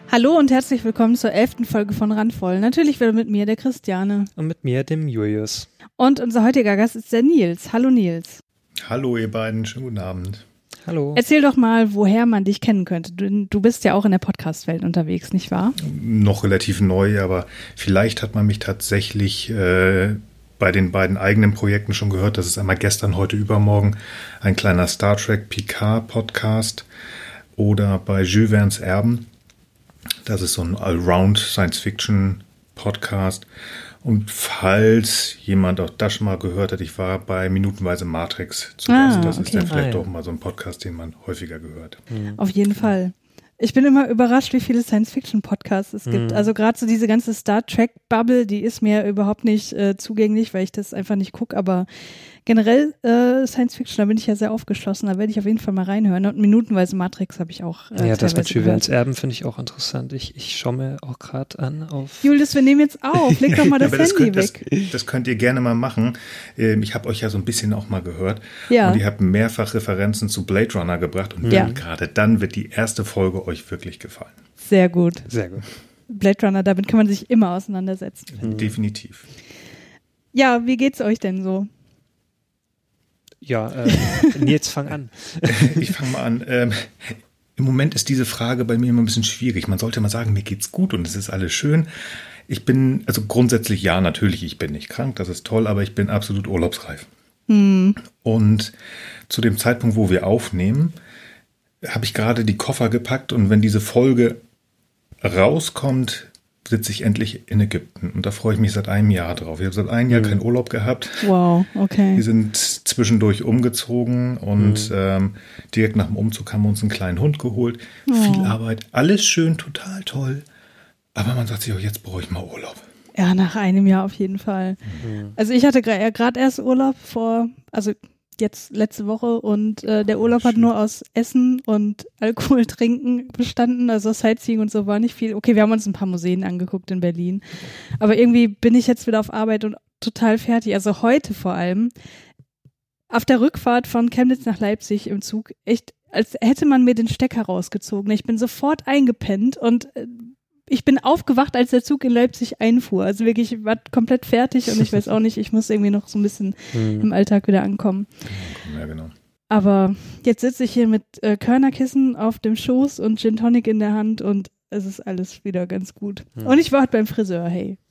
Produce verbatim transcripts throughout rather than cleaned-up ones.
Hallo und herzlich willkommen zur elften Folge von Randvoll. Natürlich wieder mit mir, der Christiane. Und mit mir, dem Julius. Und unser heutiger Gast ist der Nils. Hallo Nils. Hallo ihr beiden, schönen guten Abend. Hallo. Erzähl doch mal, woher man dich kennen könnte. Du, du bist ja auch in der Podcast-Welt unterwegs, nicht wahr? Noch relativ neu, aber vielleicht hat man mich tatsächlich äh, bei den beiden eigenen Projekten schon gehört. Das ist einmal gestern, heute, übermorgen ein kleiner Star Trek Picard Podcast oder bei Jules Verne's Erben. Das ist so ein Allround Science-Fiction-Podcast. Und falls jemand auch das schon mal gehört hat, ich war bei Minutenweise Matrix zu Gast. Ah, das okay. ist dann vielleicht Ah, ja. doch mal so ein Podcast, den man häufiger gehört. Auf jeden Fall. Ich bin immer überrascht, wie viele Science-Fiction-Podcasts es gibt. Mhm. Also gerade so diese ganze Star Trek-Bubble, die ist mir überhaupt nicht äh, zugänglich, weil ich das einfach nicht gucke. Aber generell äh, Science-Fiction, da bin ich ja sehr aufgeschlossen. Da werde ich auf jeden Fall mal reinhören. Und Minutenweise Matrix habe ich auch äh, Ja, das mit teilweise Jules Verne's gehört. Erben finde ich auch interessant. Ich, ich schaue mir auch gerade an auf... Julius, wir nehmen jetzt auf. Leg doch mal das Aber das Handy könnt, das, weg. das könnt ihr gerne mal machen. Ähm, Ich habe euch ja so ein bisschen auch mal gehört. Ja. Und ihr habt mehrfach Referenzen zu Blade Runner gebracht. Und Ja. dann, gerade dann wird die erste Folge euch wirklich gefallen. Sehr gut. Sehr gut. Blade Runner, damit kann man sich immer auseinandersetzen. Definitiv. Ja, wie geht's euch denn so? Ja, äh, Nils, fang an. Ich fange mal an. Ähm, Im Moment ist diese Frage bei mir immer ein bisschen schwierig. Man sollte mal sagen, mir geht's gut und es ist alles schön. Ich bin, also grundsätzlich ja, natürlich, ich bin nicht krank, das ist toll, aber ich bin absolut urlaubsreif. Hm. Und zu dem Zeitpunkt, wo wir aufnehmen, habe ich gerade die Koffer gepackt und wenn diese Folge rauskommt, sitze ich endlich in Ägypten. Und da freue ich mich seit einem Jahr drauf. Ich habe seit einem Jahr keinen Urlaub gehabt. Wow, okay. Wir sind zwischendurch umgezogen und ähm, direkt nach dem Umzug haben wir uns einen kleinen Hund geholt. Viel Arbeit, alles schön, total toll. Aber man sagt sich auch, jetzt brauche ich mal Urlaub. Ja, nach einem Jahr auf jeden Fall. Also ich hatte gerade erst Urlaub vor, also jetzt letzte Woche und äh, der Urlaub hat Schön. nur aus Essen und Alkohol trinken bestanden, also Sightseeing und so war nicht viel. Okay, wir haben uns ein paar Museen angeguckt in Berlin, aber irgendwie bin ich jetzt wieder auf Arbeit und total fertig. Also heute vor allem, auf der Rückfahrt von Chemnitz nach Leipzig im Zug, echt, als hätte man mir den Stecker rausgezogen. Ich bin sofort eingepennt und äh, ich bin aufgewacht, als der Zug in Leipzig einfuhr. Also wirklich, ich war komplett fertig und ich weiß auch nicht, ich muss irgendwie noch so ein bisschen im Alltag wieder ankommen. Ja, genau. Aber jetzt sitze ich hier mit äh, Körnerkissen auf dem Schoß und Gin Tonic in der Hand und es ist alles wieder ganz gut. Und ich war heute beim Friseur, hey.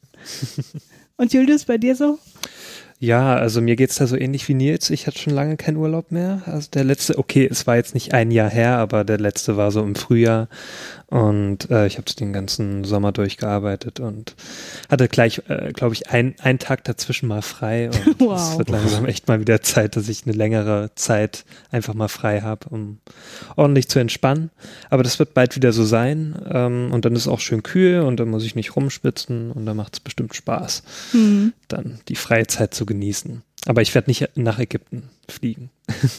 Und Julius, bei dir so? Ja, also mir geht's da so ähnlich wie Nils. Ich hatte schon lange keinen Urlaub mehr. Also der letzte, okay, es war jetzt nicht ein Jahr her, aber der letzte war so im Frühjahr. Und äh, ich habe den ganzen Sommer durchgearbeitet und hatte gleich, äh, glaube ich, ein, einen Tag dazwischen mal frei. Und Wow. es wird langsam echt mal wieder Zeit, dass ich eine längere Zeit einfach mal frei habe, um ordentlich zu entspannen. Aber das wird bald wieder so sein. Ähm, und dann ist es auch schön kühl und dann muss ich nicht rumspitzen und dann macht es bestimmt Spaß, Hm. dann die freie Zeit zu genießen. Aber ich werde nicht nach Ägypten fliegen.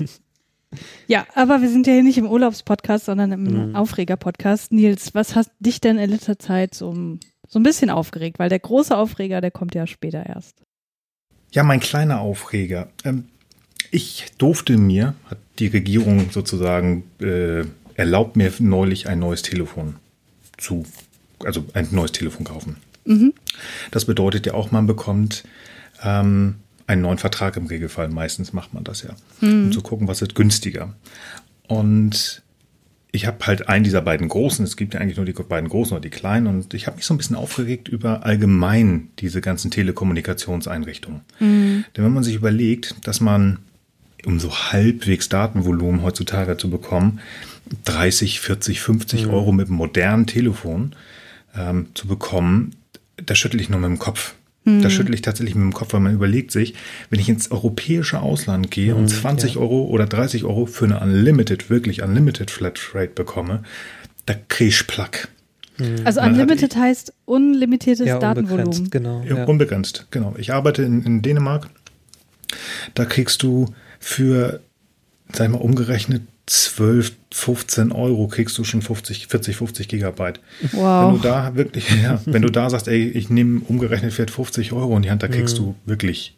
Ja, aber wir sind ja hier nicht im Urlaubspodcast, sondern im Mhm. Aufreger-Podcast. Nils, was hat dich denn in letzter Zeit so, so ein bisschen aufgeregt? Weil der große Aufreger, der kommt ja später erst. Ja, mein kleiner Aufreger. Ähm, ich durfte mir, hat die Regierung sozusagen äh, erlaubt mir neulich ein neues Telefon zu, also ein neues Telefon kaufen. Mhm. Das bedeutet ja auch, man bekommt ähm, einen neuen Vertrag im Regelfall. Meistens macht man das ja, um zu gucken, was ist günstiger. Und ich habe halt einen dieser beiden großen, es gibt ja eigentlich nur die beiden großen oder die kleinen, und ich habe mich so ein bisschen aufgeregt über allgemein diese ganzen Telekommunikationseinrichtungen. Denn wenn man sich überlegt, dass man, um so halbwegs Datenvolumen heutzutage zu bekommen, dreißig, vierzig, fünfzig Euro mit einem modernen Telefon ähm, zu bekommen, da schüttel ich nur mit dem Kopf. Da schüttel ich tatsächlich mit dem Kopf, weil man überlegt sich, wenn ich ins europäische Ausland gehe und zwanzig Euro oder dreißig Euro für eine Unlimited, wirklich Unlimited Flatrate bekomme, da krieg ich Plack. Also Man hat- Unlimited heißt unlimitiertes Ja, Datenvolumen. unbegrenzt, genau. Ja, Ja. unbegrenzt, genau. Ich arbeite in, in Dänemark. Da kriegst du für, sag ich mal, umgerechnet zwölf, fünfzehn Euro kriegst du schon fünfzig, vierzig, fünfzig Gigabyte. Wow. Wenn du da wirklich, ja, wenn du da sagst, ey, ich nehme umgerechnet vielleicht fünfzig Euro in die Hand, da kriegst du wirklich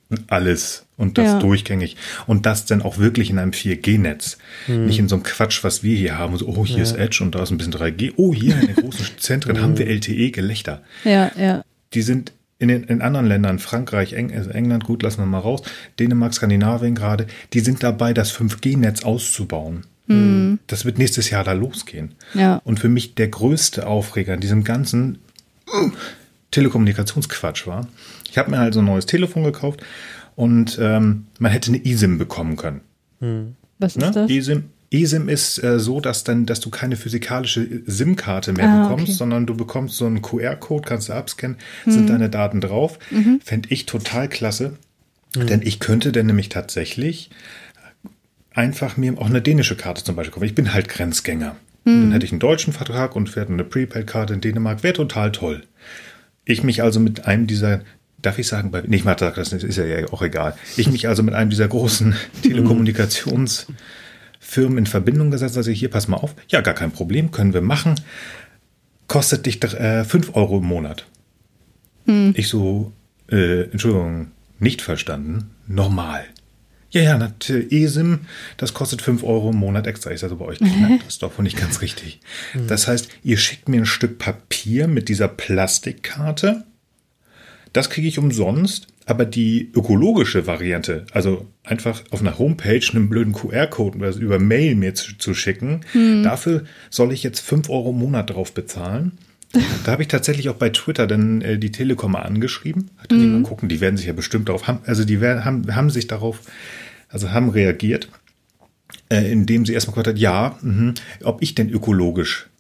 alles und das Ja. durchgängig. Und das dann auch wirklich in einem vier G Netz. Hm. Nicht in so einem Quatsch, was wir hier haben. So, oh, hier Ja. ist Edge und da ist ein bisschen drei G. Oh, hier in den großen Zentren haben wir L T E-Gelächter. Ja, ja. Die sind in den in anderen Ländern, Frankreich, Eng, also England, gut, lassen wir mal raus, Dänemark, Skandinavien gerade, die sind dabei, das fünf G Netz auszubauen. Mhm. Das wird nächstes Jahr da losgehen. Ja. Und für mich der größte Aufreger in diesem ganzen uh, Telekommunikationsquatsch war, ich habe mir halt so ein neues Telefon gekauft und ähm, man hätte eine eSIM bekommen können. Hm. Was ist Ne? das? eSIM, eSIM ist äh, so, dass dann, dass du keine physikalische SIM-Karte mehr Ah, bekommst, okay. sondern du bekommst so einen Q R-Code, kannst du abscannen, Mhm. sind deine Daten drauf. Fände ich total klasse, denn ich könnte dann nämlich tatsächlich einfach mir auch eine dänische Karte zum Beispiel kaufen. Ich bin halt Grenzgänger. Dann hätte ich einen deutschen Vertrag und werde eine Prepaid-Karte in Dänemark. Wäre total toll. Ich mich also mit einem dieser, darf ich sagen, bei, nicht mal das ist ja auch egal. Ich mich also mit einem dieser großen Telekommunikationsfirmen in Verbindung gesetzt. Also hier, pass mal auf. Ja, gar kein Problem, können wir machen. Kostet dich äh, fünf Euro im Monat. Ich so, äh, Entschuldigung, nicht verstanden. Normal. Ja, ja, natürlich, eSIM, das kostet fünf Euro im Monat extra. Ich sage, bei euch knackt das doch wohl nicht ganz richtig. Das heißt, ihr schickt mir ein Stück Papier mit dieser Plastikkarte. Das kriege ich umsonst, aber die ökologische Variante, also einfach auf einer Homepage einen blöden Q R-Code oder über Mail mir zu, zu schicken, dafür soll ich jetzt fünf Euro im Monat drauf bezahlen. Da habe ich tatsächlich auch bei Twitter dann äh, die Telekom mal angeschrieben. Hat dann mal gucken, die werden sich ja bestimmt darauf haben, also die werden, haben, haben sich darauf, also haben reagiert, äh, indem sie erstmal gesagt hat, ja, mh, ob ich denn ökologisch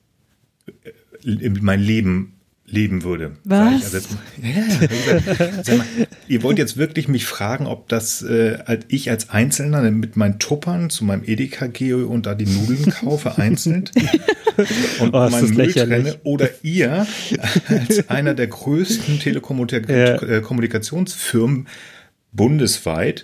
äh, mein Leben leben würde. Was? Sag ich, also jetzt, ja, gesagt, sag mal, ihr wollt jetzt wirklich mich fragen, ob das äh, als ich als Einzelner mit meinen Tuppern zu meinem Edeka gehe und da die Nudeln kaufe einzeln und Oh, ist meinen das Müll lächerlich. trenne, oder ihr als einer der größten Telekommunikationsfirmen bundesweit,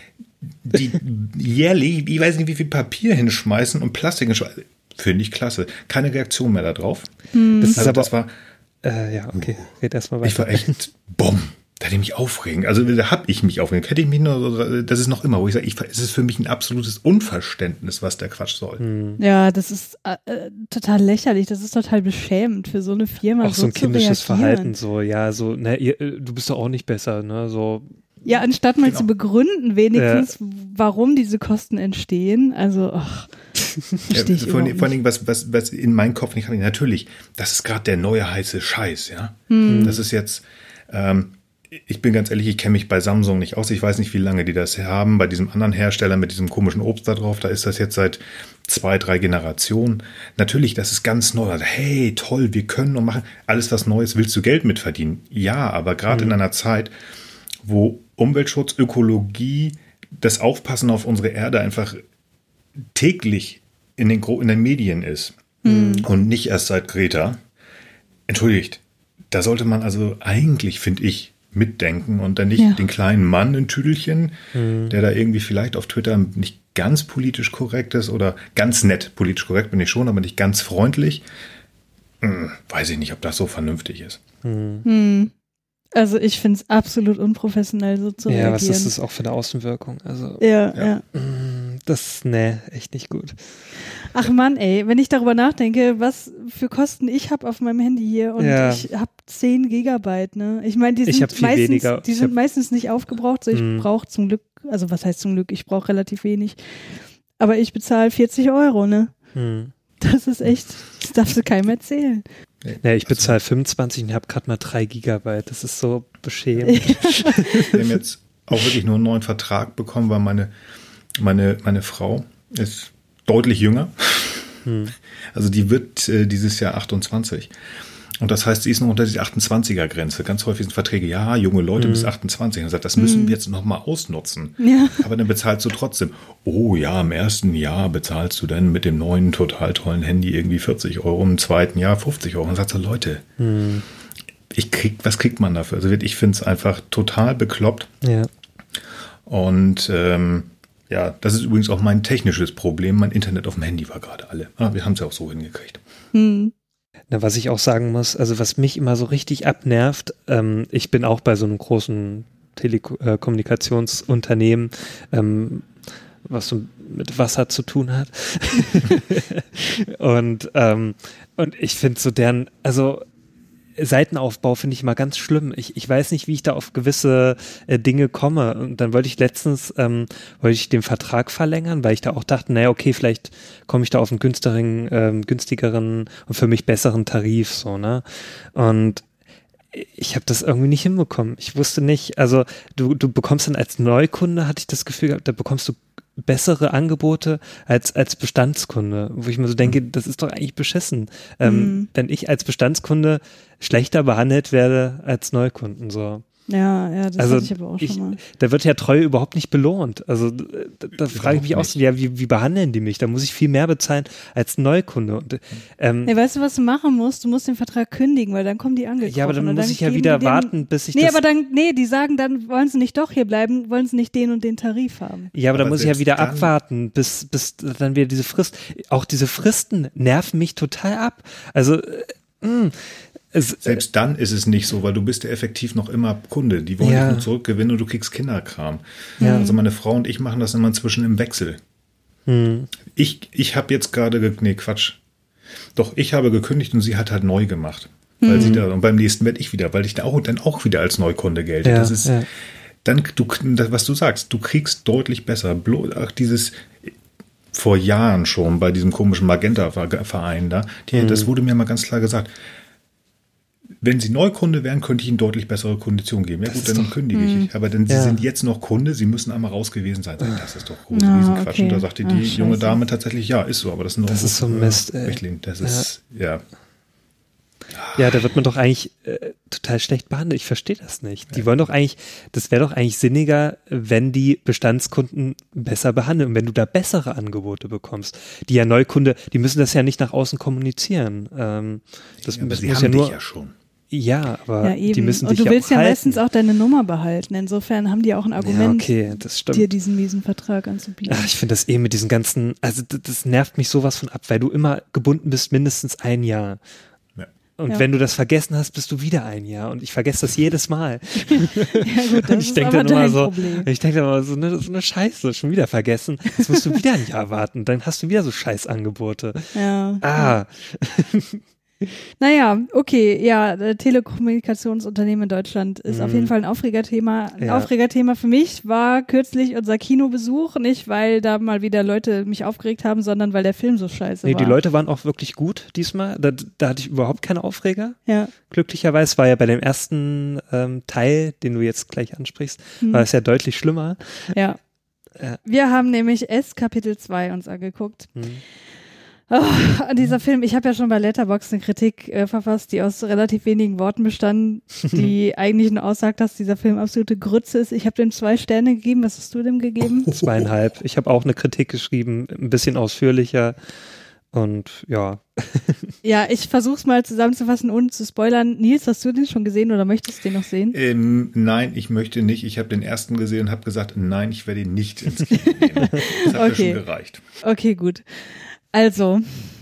die jährlich, ich weiß nicht, wie viel Papier hinschmeißen und Plastik hinschmeißen. Finde ich klasse. Keine Reaktion mehr darauf. Das ist Also aber, das war, äh, ja, okay, red erstmal weiter. ich war echt, bumm, da hätte ich mich aufregen. Also da habe ich mich aufgeregt. Hätte ich mich nur, so- das ist noch immer, wo ich sage, ich, es ist für mich ein absolutes Unverständnis, was der Quatsch soll. Ja, das ist äh, äh, total lächerlich. Das ist total beschämend für so eine Firma. Auch so ein zu kindisches reagieren. Verhalten, so, ja, so, ne, ihr, äh, du bist doch auch nicht besser, ne, so. Ja, anstatt mal Genau. zu begründen, wenigstens, warum diese Kosten entstehen. Also, ach, verstehe ich vor, überhaupt vor allen nicht. Dingen, was, was, was in meinen Kopf nicht rein. Natürlich, das ist gerade der neue heiße Scheiß, ja. Hm. Das ist jetzt, ähm, ich bin ganz ehrlich, ich kenne mich bei Samsung nicht aus. Ich weiß nicht, wie lange die das haben. Bei diesem anderen Hersteller mit diesem komischen Obst da drauf, da ist das jetzt seit zwei, drei Generationen. Natürlich, das ist ganz neu. Also, hey, toll, wir können und machen alles was Neues. Willst du Geld mitverdienen? Ja, aber gerade in einer Zeit, wo Umweltschutz, Ökologie, das Aufpassen auf unsere Erde einfach täglich in den, Gro- in den Medien ist und nicht erst seit Greta. Entschuldigt, da sollte man also eigentlich, finde ich, mitdenken und dann nicht Ja. den kleinen Mann in Tüdelchen, der da irgendwie vielleicht auf Twitter nicht ganz politisch korrekt ist oder ganz nett, politisch korrekt bin ich schon, aber nicht ganz freundlich. Hm, weiß ich nicht, ob das so vernünftig ist. Hm. Also ich finde es absolut unprofessionell, so zu Ja, reagieren. was ist das auch für eine Außenwirkung? Also, Ja, Ja. ja. mm, das, ne, echt nicht gut. Ach Mann, ey, wenn ich darüber nachdenke, was für Kosten ich habe auf meinem Handy hier und Ja. ich habe zehn Gigabyte, ne? Ich meine, die Ich sind hab viel meistens, weniger. die Ich sind hab- meistens nicht aufgebraucht, so ich Hm. brauche zum Glück, also was heißt zum Glück, ich brauche relativ wenig. Aber ich bezahle vierzig Euro, ne? Hm. Das ist echt, das darfst du keinem erzählen. Ne, ich bezahle fünfundzwanzig und habe gerade mal drei Gigabyte. Das ist so beschämend. Wir haben jetzt auch wirklich nur einen neuen Vertrag bekommen, weil meine, meine, meine Frau ist deutlich jünger. Also die wird äh, dieses Jahr achtundzwanzig. Und das heißt, sie ist noch unter die achtundzwanziger-Grenze. Ganz häufig sind Verträge, ja, junge Leute bis achtundzwanzig. Und sagt, das müssen wir jetzt noch mal ausnutzen. Ja. Aber dann bezahlst du trotzdem. Oh ja, im ersten Jahr bezahlst du dann mit dem neuen, total tollen Handy irgendwie vierzig Euro, im zweiten Jahr fünfzig Euro. Und dann sagst du, Leute, ich krieg, was kriegt man dafür? Also ich finde es einfach total bekloppt. Ja. Und ähm, ja, das ist übrigens auch mein technisches Problem. Mein Internet auf dem Handy war gerade alle. Ah, wir haben es ja auch so hingekriegt. Hm. Na, was ich auch sagen muss, also was mich immer so richtig abnervt, ähm, ich bin auch bei so einem großen Telekommunikationsunternehmen, ähm, was so mit Wasser zu tun hat. und, ähm, und ich finde so deren, also Seitenaufbau finde ich mal ganz schlimm. Ich, ich weiß nicht, wie ich da auf gewisse äh, Dinge komme. Und dann wollte ich letztens, ähm, wollte ich den Vertrag verlängern, weil ich da auch dachte, naja, okay, vielleicht komme ich da auf einen günstigeren, ähm, günstigeren und für mich besseren Tarif, so, ne? Und ich habe das irgendwie nicht hinbekommen. Ich wusste nicht, also du, du bekommst dann als Neukunde, hatte ich das Gefühl gehabt, da bekommst du bessere Angebote als als Bestandskunde, wo ich mir so denke, das ist doch eigentlich beschissen, ähm, Mhm. wenn ich als Bestandskunde schlechter behandelt werde als Neukunden, so. Ja, ja, das Also hatte ich aber auch ich, schon mal. da wird ja Treue überhaupt nicht belohnt. Also da, da frage ich mich auch so, ja, wie, wie behandeln die mich? Da muss ich viel mehr bezahlen als Neukunde. Und, ähm, Nee, weißt du, was du machen musst? Du musst den Vertrag kündigen, weil dann kommen die angekrochen. ja, aber dann und muss ich ja geben wieder die den, warten, bis ich Nee, das... aber dann, nee, die sagen dann, wollen sie nicht doch hier bleiben, wollen sie nicht den und den Tarif haben. Ja, aber, Aber dann muss ich ja selbst wieder dann- abwarten, bis, bis dann wieder diese Frist. Auch diese Fristen nerven mich total ab. Also, äh, mh, es, Selbst dann ist es nicht so, weil du bist ja effektiv noch immer Kunde. Die wollen Ja. dich nur zurückgewinnen und du kriegst Kinderkram. Ja. Also meine Frau und ich machen das immer inzwischen im Wechsel. hm, Ich, ich habe jetzt gerade, ge- nee, Quatsch. Doch, ich habe gekündigt und sie hat halt neu gemacht. Weil sie da, und beim nächsten werde ich wieder, weil ich da auch, dann auch wieder als Neukunde gelte. Ja, das ist, ja. dann, du, das, was du sagst, du kriegst deutlich besser. Blo, ach, dieses, vor Jahren schon bei diesem komischen Magenta-Verein da, die, Mhm. das wurde mir mal ganz klar gesagt. Wenn Sie Neukunde wären, könnte ich Ihnen deutlich bessere Konditionen geben. Ja Das gut, ist dann doch- kündige ich. Aber denn Sie Ja. sind jetzt noch Kunde, Sie müssen einmal raus gewesen sein. Sag ich, Das ist doch großes Ah, Riesenquatsch. okay. Und da sagte Ah, die scheiße. junge Dame tatsächlich, ja, ist so. Aber das, sind Das ist so Mist, ey. Richtlinien. Das ist, ja. ja, da wird man doch eigentlich äh, total schlecht behandelt. Ich verstehe das nicht. Die wollen doch eigentlich, das wäre doch eigentlich sinniger, wenn die Bestandskunden besser behandeln und wenn du da bessere Angebote bekommst. Die ja Neukunde, die müssen das ja nicht nach außen kommunizieren. Ähm, das Ja, aber muss Sie ja haben nur, dich ja schon. ja, aber Ja, eben. die müssen und sich du willst ja ja auch meistens halten. auch deine Nummer behalten. Insofern haben die auch ein Ja, Argument, okay, das stimmt. dir diesen miesen Vertrag anzubieten. Ach, ich finde das eh mit diesen ganzen, also das, das nervt mich sowas von ab, weil du immer gebunden bist, mindestens ein Jahr. Ja. Und Ja. wenn du das vergessen hast, bist du wieder ein Jahr. Und ich vergesse das jedes Mal. Ja gut, das Und ich ist denke aber dann immer dein so, Problem. ich denke dann immer so eine, so eine Scheiße, schon wieder vergessen. Jetzt musst du wieder ein Jahr warten. Dann hast du wieder so Scheißangebote. Ja. Ah, Naja, okay, ja, äh, Telekommunikationsunternehmen in Deutschland ist auf Mhm. jeden Fall ein Aufregerthema. Ein Ja. Aufregerthema für mich war kürzlich unser Kinobesuch, nicht weil da mal wieder Leute mich aufgeregt haben, sondern weil der Film so scheiße nee, war. die Leute waren auch wirklich gut diesmal. Da, da hatte ich überhaupt keine Aufreger. Ja, Glücklicherweise war ja bei dem ersten ähm, Teil, den du jetzt gleich ansprichst, Hm. war es ja deutlich schlimmer. ja. Ja. Wir haben nämlich S Kapitel zwei uns angeguckt. Hm. Oh, an dieser Film, ich habe ja schon bei Letterboxd eine Kritik äh, verfasst, die aus relativ wenigen Worten bestand, die eigentlich nur aussagt, dass dieser Film absolute Grütze ist. Ich habe dem zwei Sterne gegeben. Was hast du dem gegeben? Zweieinhalb. Ich habe auch eine Kritik geschrieben, ein bisschen ausführlicher. Und ja, Ja, ich versuch's mal zusammenzufassen, ohne zu spoilern. Nils, hast du den schon gesehen oder möchtest du den noch sehen? Ähm, nein, ich möchte nicht. Ich habe den ersten gesehen und habe gesagt, nein, ich werde ihn nicht ins Kino nehmen. Das hat Okay. mir schon gereicht. Okay, gut. Also,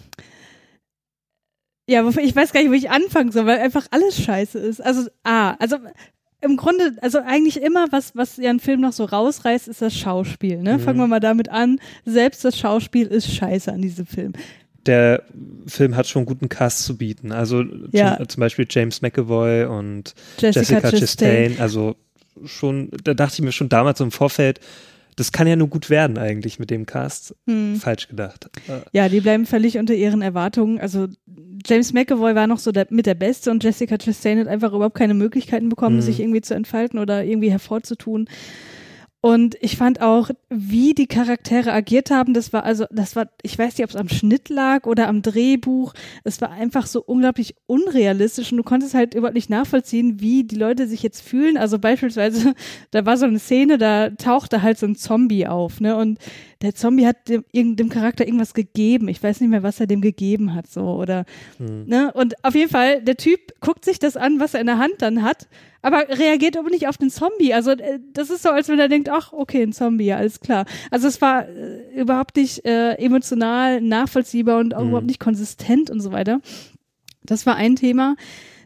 ja, wofür- ich weiß gar nicht, wo ich anfangen soll, weil einfach alles scheiße ist. Also, ah, also im Grunde, also eigentlich immer, was, was ja einen Film noch so rausreißt, ist das Schauspiel. Ne? Mhm. Fangen wir mal damit an. Selbst das Schauspiel ist scheiße an diesem Film. der Film hat schon einen guten Cast zu bieten. Also Ja. zum, zum Beispiel James McAvoy und Jessica, Jessica Chastain. Chastain. Also schon, da dachte ich mir schon damals im Vorfeld, das kann ja nur gut werden eigentlich mit dem Cast. Hm. Falsch gedacht. Äh, Ja, die bleiben völlig unter ihren Erwartungen. Also James McAvoy war noch so der, mit der Beste und Jessica Chastain hat einfach überhaupt keine Möglichkeiten bekommen, Mhm. sich irgendwie zu entfalten oder irgendwie hervorzutun. Und ich fand auch, wie die Charaktere agiert haben, das war also, das war, ich weiß nicht, ob es am Schnitt lag oder am Drehbuch. Es war einfach so unglaublich unrealistisch und du konntest halt überhaupt nicht nachvollziehen, wie die Leute sich jetzt fühlen. Also beispielsweise, da war so eine Szene, da tauchte halt so ein Zombie auf, ne? Und der Zombie hat dem, irgend- dem Charakter irgendwas gegeben. Ich weiß nicht mehr, was er dem gegeben hat, so, oder, hm. ne? Und auf jeden Fall, der Typ guckt sich das an, was er in der Hand dann hat, aber reagiert aber nicht auf den Zombie. Also äh, das ist so, als wenn er denkt, ach, okay, ein Zombie, ja, alles klar. Also es war äh, überhaupt nicht äh, emotional nachvollziehbar und auch Mhm. überhaupt nicht konsistent und so weiter. Das war ein Thema.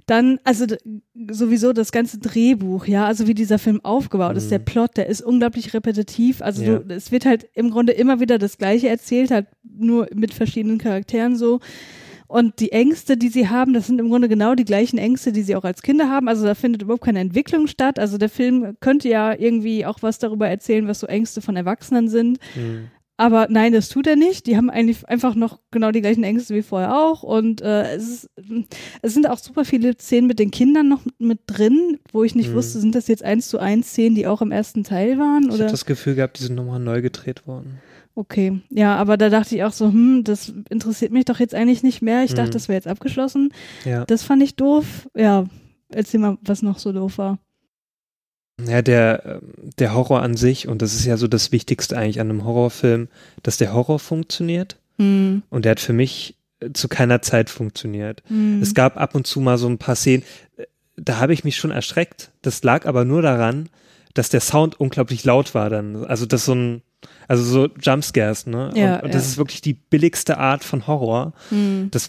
Dann, also d- sowieso das ganze Drehbuch, ja, also wie dieser Film aufgebaut Mhm. ist, der Plot, der ist unglaublich repetitiv. Also Ja. du, es wird halt im Grunde immer wieder das Gleiche erzählt, halt nur mit verschiedenen Charakteren so. Und die Ängste, die sie haben, das sind im Grunde genau die gleichen Ängste, die sie auch als Kinder haben. Also da findet überhaupt keine Entwicklung statt. Also der Film könnte ja irgendwie auch was darüber erzählen, was so Ängste von Erwachsenen sind. Mhm. Aber nein, das tut er nicht. Die haben eigentlich einfach noch genau die gleichen Ängste wie vorher auch. Und äh, es, ist, es sind auch super viele Szenen mit den Kindern noch mit drin, wo ich nicht Mhm. wusste, sind das jetzt eins zu eins Szenen, die auch im ersten Teil waren? Ich habe Oder? das Gefühl gehabt, die sind nochmal neu gedreht worden. Okay, ja, aber da dachte ich auch so, hm, das interessiert mich doch jetzt eigentlich nicht mehr. Ich dachte, Mhm. das wäre jetzt abgeschlossen. Ja. Das fand ich doof. Ja, erzähl mal, was noch so doof war. Ja, der, der Horror an sich, und das ist ja so das Wichtigste eigentlich an einem Horrorfilm, dass der Horror funktioniert. Hm. Und der hat für mich äh, zu keiner Zeit funktioniert. Hm. Es gab ab und zu mal so ein paar Szenen, äh, da habe ich mich schon erschreckt. Das lag aber nur daran, dass der Sound unglaublich laut war dann. Also das so ein, also so Jumpscares, ne? Ja, und und das ja. ist wirklich die billigste Art von Horror. Hm. Das,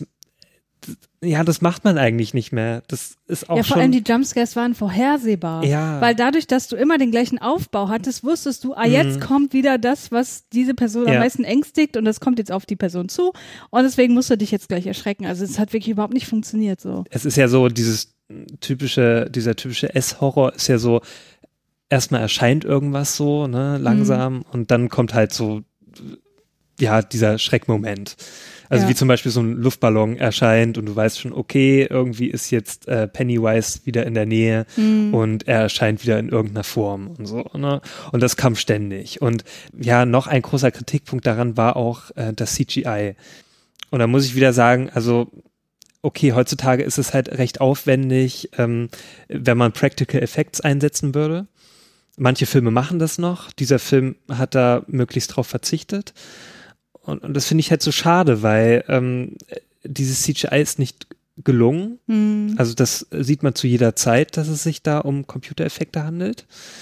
ja, das macht man eigentlich nicht mehr. Das ist auch Ja, vor schon. allem die Jumpscares waren vorhersehbar. Ja. Weil dadurch, dass du immer den gleichen Aufbau hattest, wusstest du, ah, jetzt Mhm. kommt wieder das, was diese Person am Ja. meisten ängstigt und das kommt jetzt auf die Person zu und deswegen musst du dich jetzt gleich erschrecken. Also es hat wirklich überhaupt nicht funktioniert so. Es ist ja so, dieses typische, dieser typische S-Horror ist ja so, erstmal erscheint irgendwas so, ne, langsam, Mhm. und dann kommt halt so, ja, dieser Schreckmoment. Also Ja. wie zum Beispiel so ein Luftballon erscheint und du weißt schon, okay, irgendwie ist jetzt äh, Pennywise wieder in der Nähe Mhm. und er erscheint wieder in irgendeiner Form und so, ne? Und das kam ständig. Und ja, noch ein großer Kritikpunkt daran war auch äh, das C G I. Und da muss ich wieder sagen, also okay, heutzutage ist es halt recht aufwendig, ähm, wenn man Practical Effects einsetzen würde. Manche Filme machen das noch. Dieser Film hat da möglichst drauf verzichtet. Und, und das finde ich halt so schade, weil ähm, dieses C G I ist nicht gelungen. Mhm. Also das sieht man zu jeder Zeit, dass es sich da um Computereffekte handelt.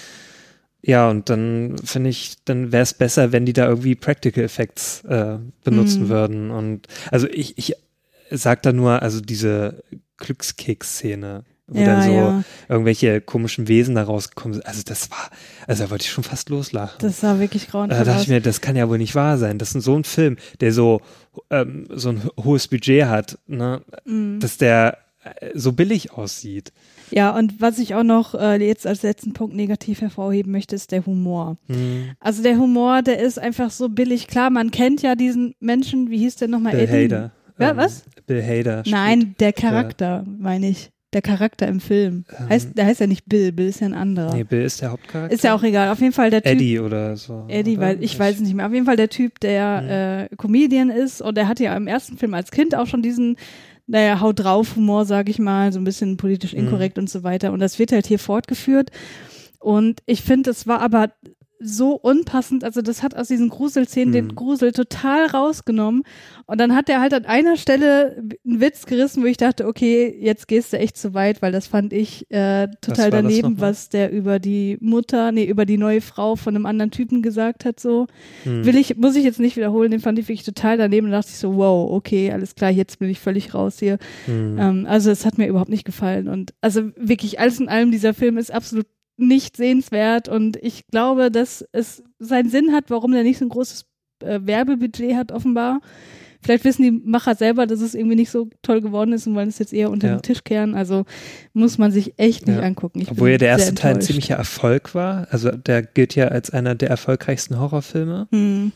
Ja, und dann finde ich, dann wäre es besser, wenn die da irgendwie Practical Effects äh, benutzen Mhm. würden. Und also ich, ich sag da nur, also diese Glückskeks-Szene, wo Ja, dann so ja. irgendwelche komischen Wesen da rausgekommen sind. Also das war, also da wollte ich schon fast loslachen. Das sah wirklich Da grauenvoll dachte aus. ich mir, das kann ja wohl nicht wahr sein. Das ist so ein Film, der so, ähm, so ein hohes Budget hat, ne? Mhm. Dass der äh, so billig aussieht. Ja, und was ich auch noch äh, jetzt als letzten Punkt negativ hervorheben möchte, ist der Humor. Hm. Also der Humor, der ist einfach so billig. Klar, man kennt ja diesen Menschen, wie hieß der nochmal? Bill Eddie? Hader. Ja, Ähm, was? Bill Hader. Nein, der Charakter, meine ich. Der Charakter im Film. Ähm. Heißt, der heißt ja nicht Bill, Bill ist ja ein anderer. Nee, Bill ist der Hauptcharakter. Ist ja auch egal. Auf jeden Fall der Typ. Eddie oder so. Eddie, oder? weil ich weiß es nicht mehr. Auf jeden Fall der Typ, der äh, Comedian ist und der hatte ja im ersten Film als Kind auch schon diesen, naja, Haut drauf Humor, sag ich mal, so ein bisschen politisch inkorrekt und so weiter. Und das wird halt hier fortgeführt. Und ich finde, das war aber so unpassend, also das hat aus diesen Gruselszenen den Mhm. Grusel total rausgenommen und dann hat er halt an einer Stelle einen Witz gerissen, wo ich dachte, okay, jetzt gehst du echt zu weit, weil das fand ich äh, total Was war das daneben, nochmal? was der über die Mutter, nee, über die neue Frau von einem anderen Typen gesagt hat, so. Hm. Will ich, muss ich jetzt nicht wiederholen, den fand ich wirklich total daneben und dachte ich so, wow, okay, alles klar, jetzt bin ich völlig raus hier. Hm. Ähm, also es hat mir überhaupt nicht gefallen und also wirklich alles in allem, dieser Film ist absolut nicht sehenswert und ich glaube, dass es seinen Sinn hat, warum der nicht so ein großes äh, Werbebudget hat offenbar. Vielleicht wissen die Macher selber, dass es irgendwie nicht so toll geworden ist und wollen es jetzt eher unter Ja. den Tisch kehren. Also muss man sich echt nicht Ja. angucken. Ich Obwohl bin ja der erste sehr Teil ein enttäuscht. ziemlicher Erfolg war. Also der gilt ja als einer der erfolgreichsten Horrorfilme. Hm.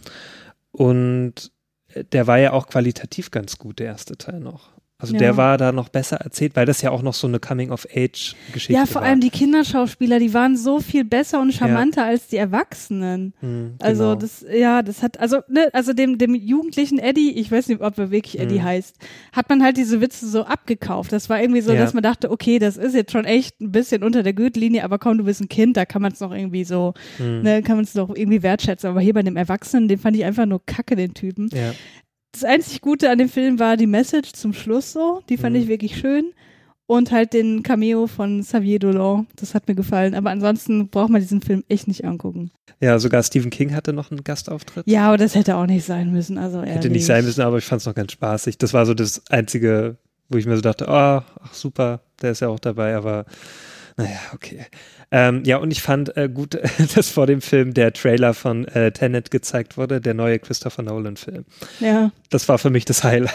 Und der war ja auch qualitativ ganz gut, der erste Teil noch. Also Ja. der war da noch besser erzählt, weil das ja auch noch so eine Coming-of-Age-Geschichte war. Ja, vor allem die Kinderschauspieler, die waren so viel besser und charmanter als die Erwachsenen. Hm, Also genau. das, ja, das hat, also, ne, also dem, dem jugendlichen Eddie, ich weiß nicht, ob er wirklich Eddie Mhm. heißt, hat man halt diese Witze so abgekauft. Das war irgendwie so, Ja. dass man dachte, okay, das ist jetzt schon echt ein bisschen unter der Gürtellinie, aber komm, du bist ein Kind, da kann man es noch irgendwie so, Hm. ne, kann man es noch irgendwie wertschätzen. Aber hier bei dem Erwachsenen, den fand ich einfach nur kacke, den Typen. Ja. Das einzig Gute an dem Film war die Message zum Schluss so, die fand Mhm. ich wirklich schön. Und halt den Cameo von Xavier Dolan, das hat mir gefallen. Aber ansonsten braucht man diesen Film echt nicht angucken. ja, sogar Stephen King hatte noch einen Gastauftritt. Ja, aber das hätte auch nicht sein müssen. Also Hätte ehrlich. nicht sein müssen, aber ich fand es noch ganz spaßig. Das war so das einzige wo ich mir so dachte, oh, ach super, der ist ja auch dabei, aber naja, okay. Ähm, ja, und ich fand äh, gut, dass vor dem Film der Trailer von äh, Tenet gezeigt wurde, der neue Christopher Nolan-Film. Ja. Das war für mich das Highlight.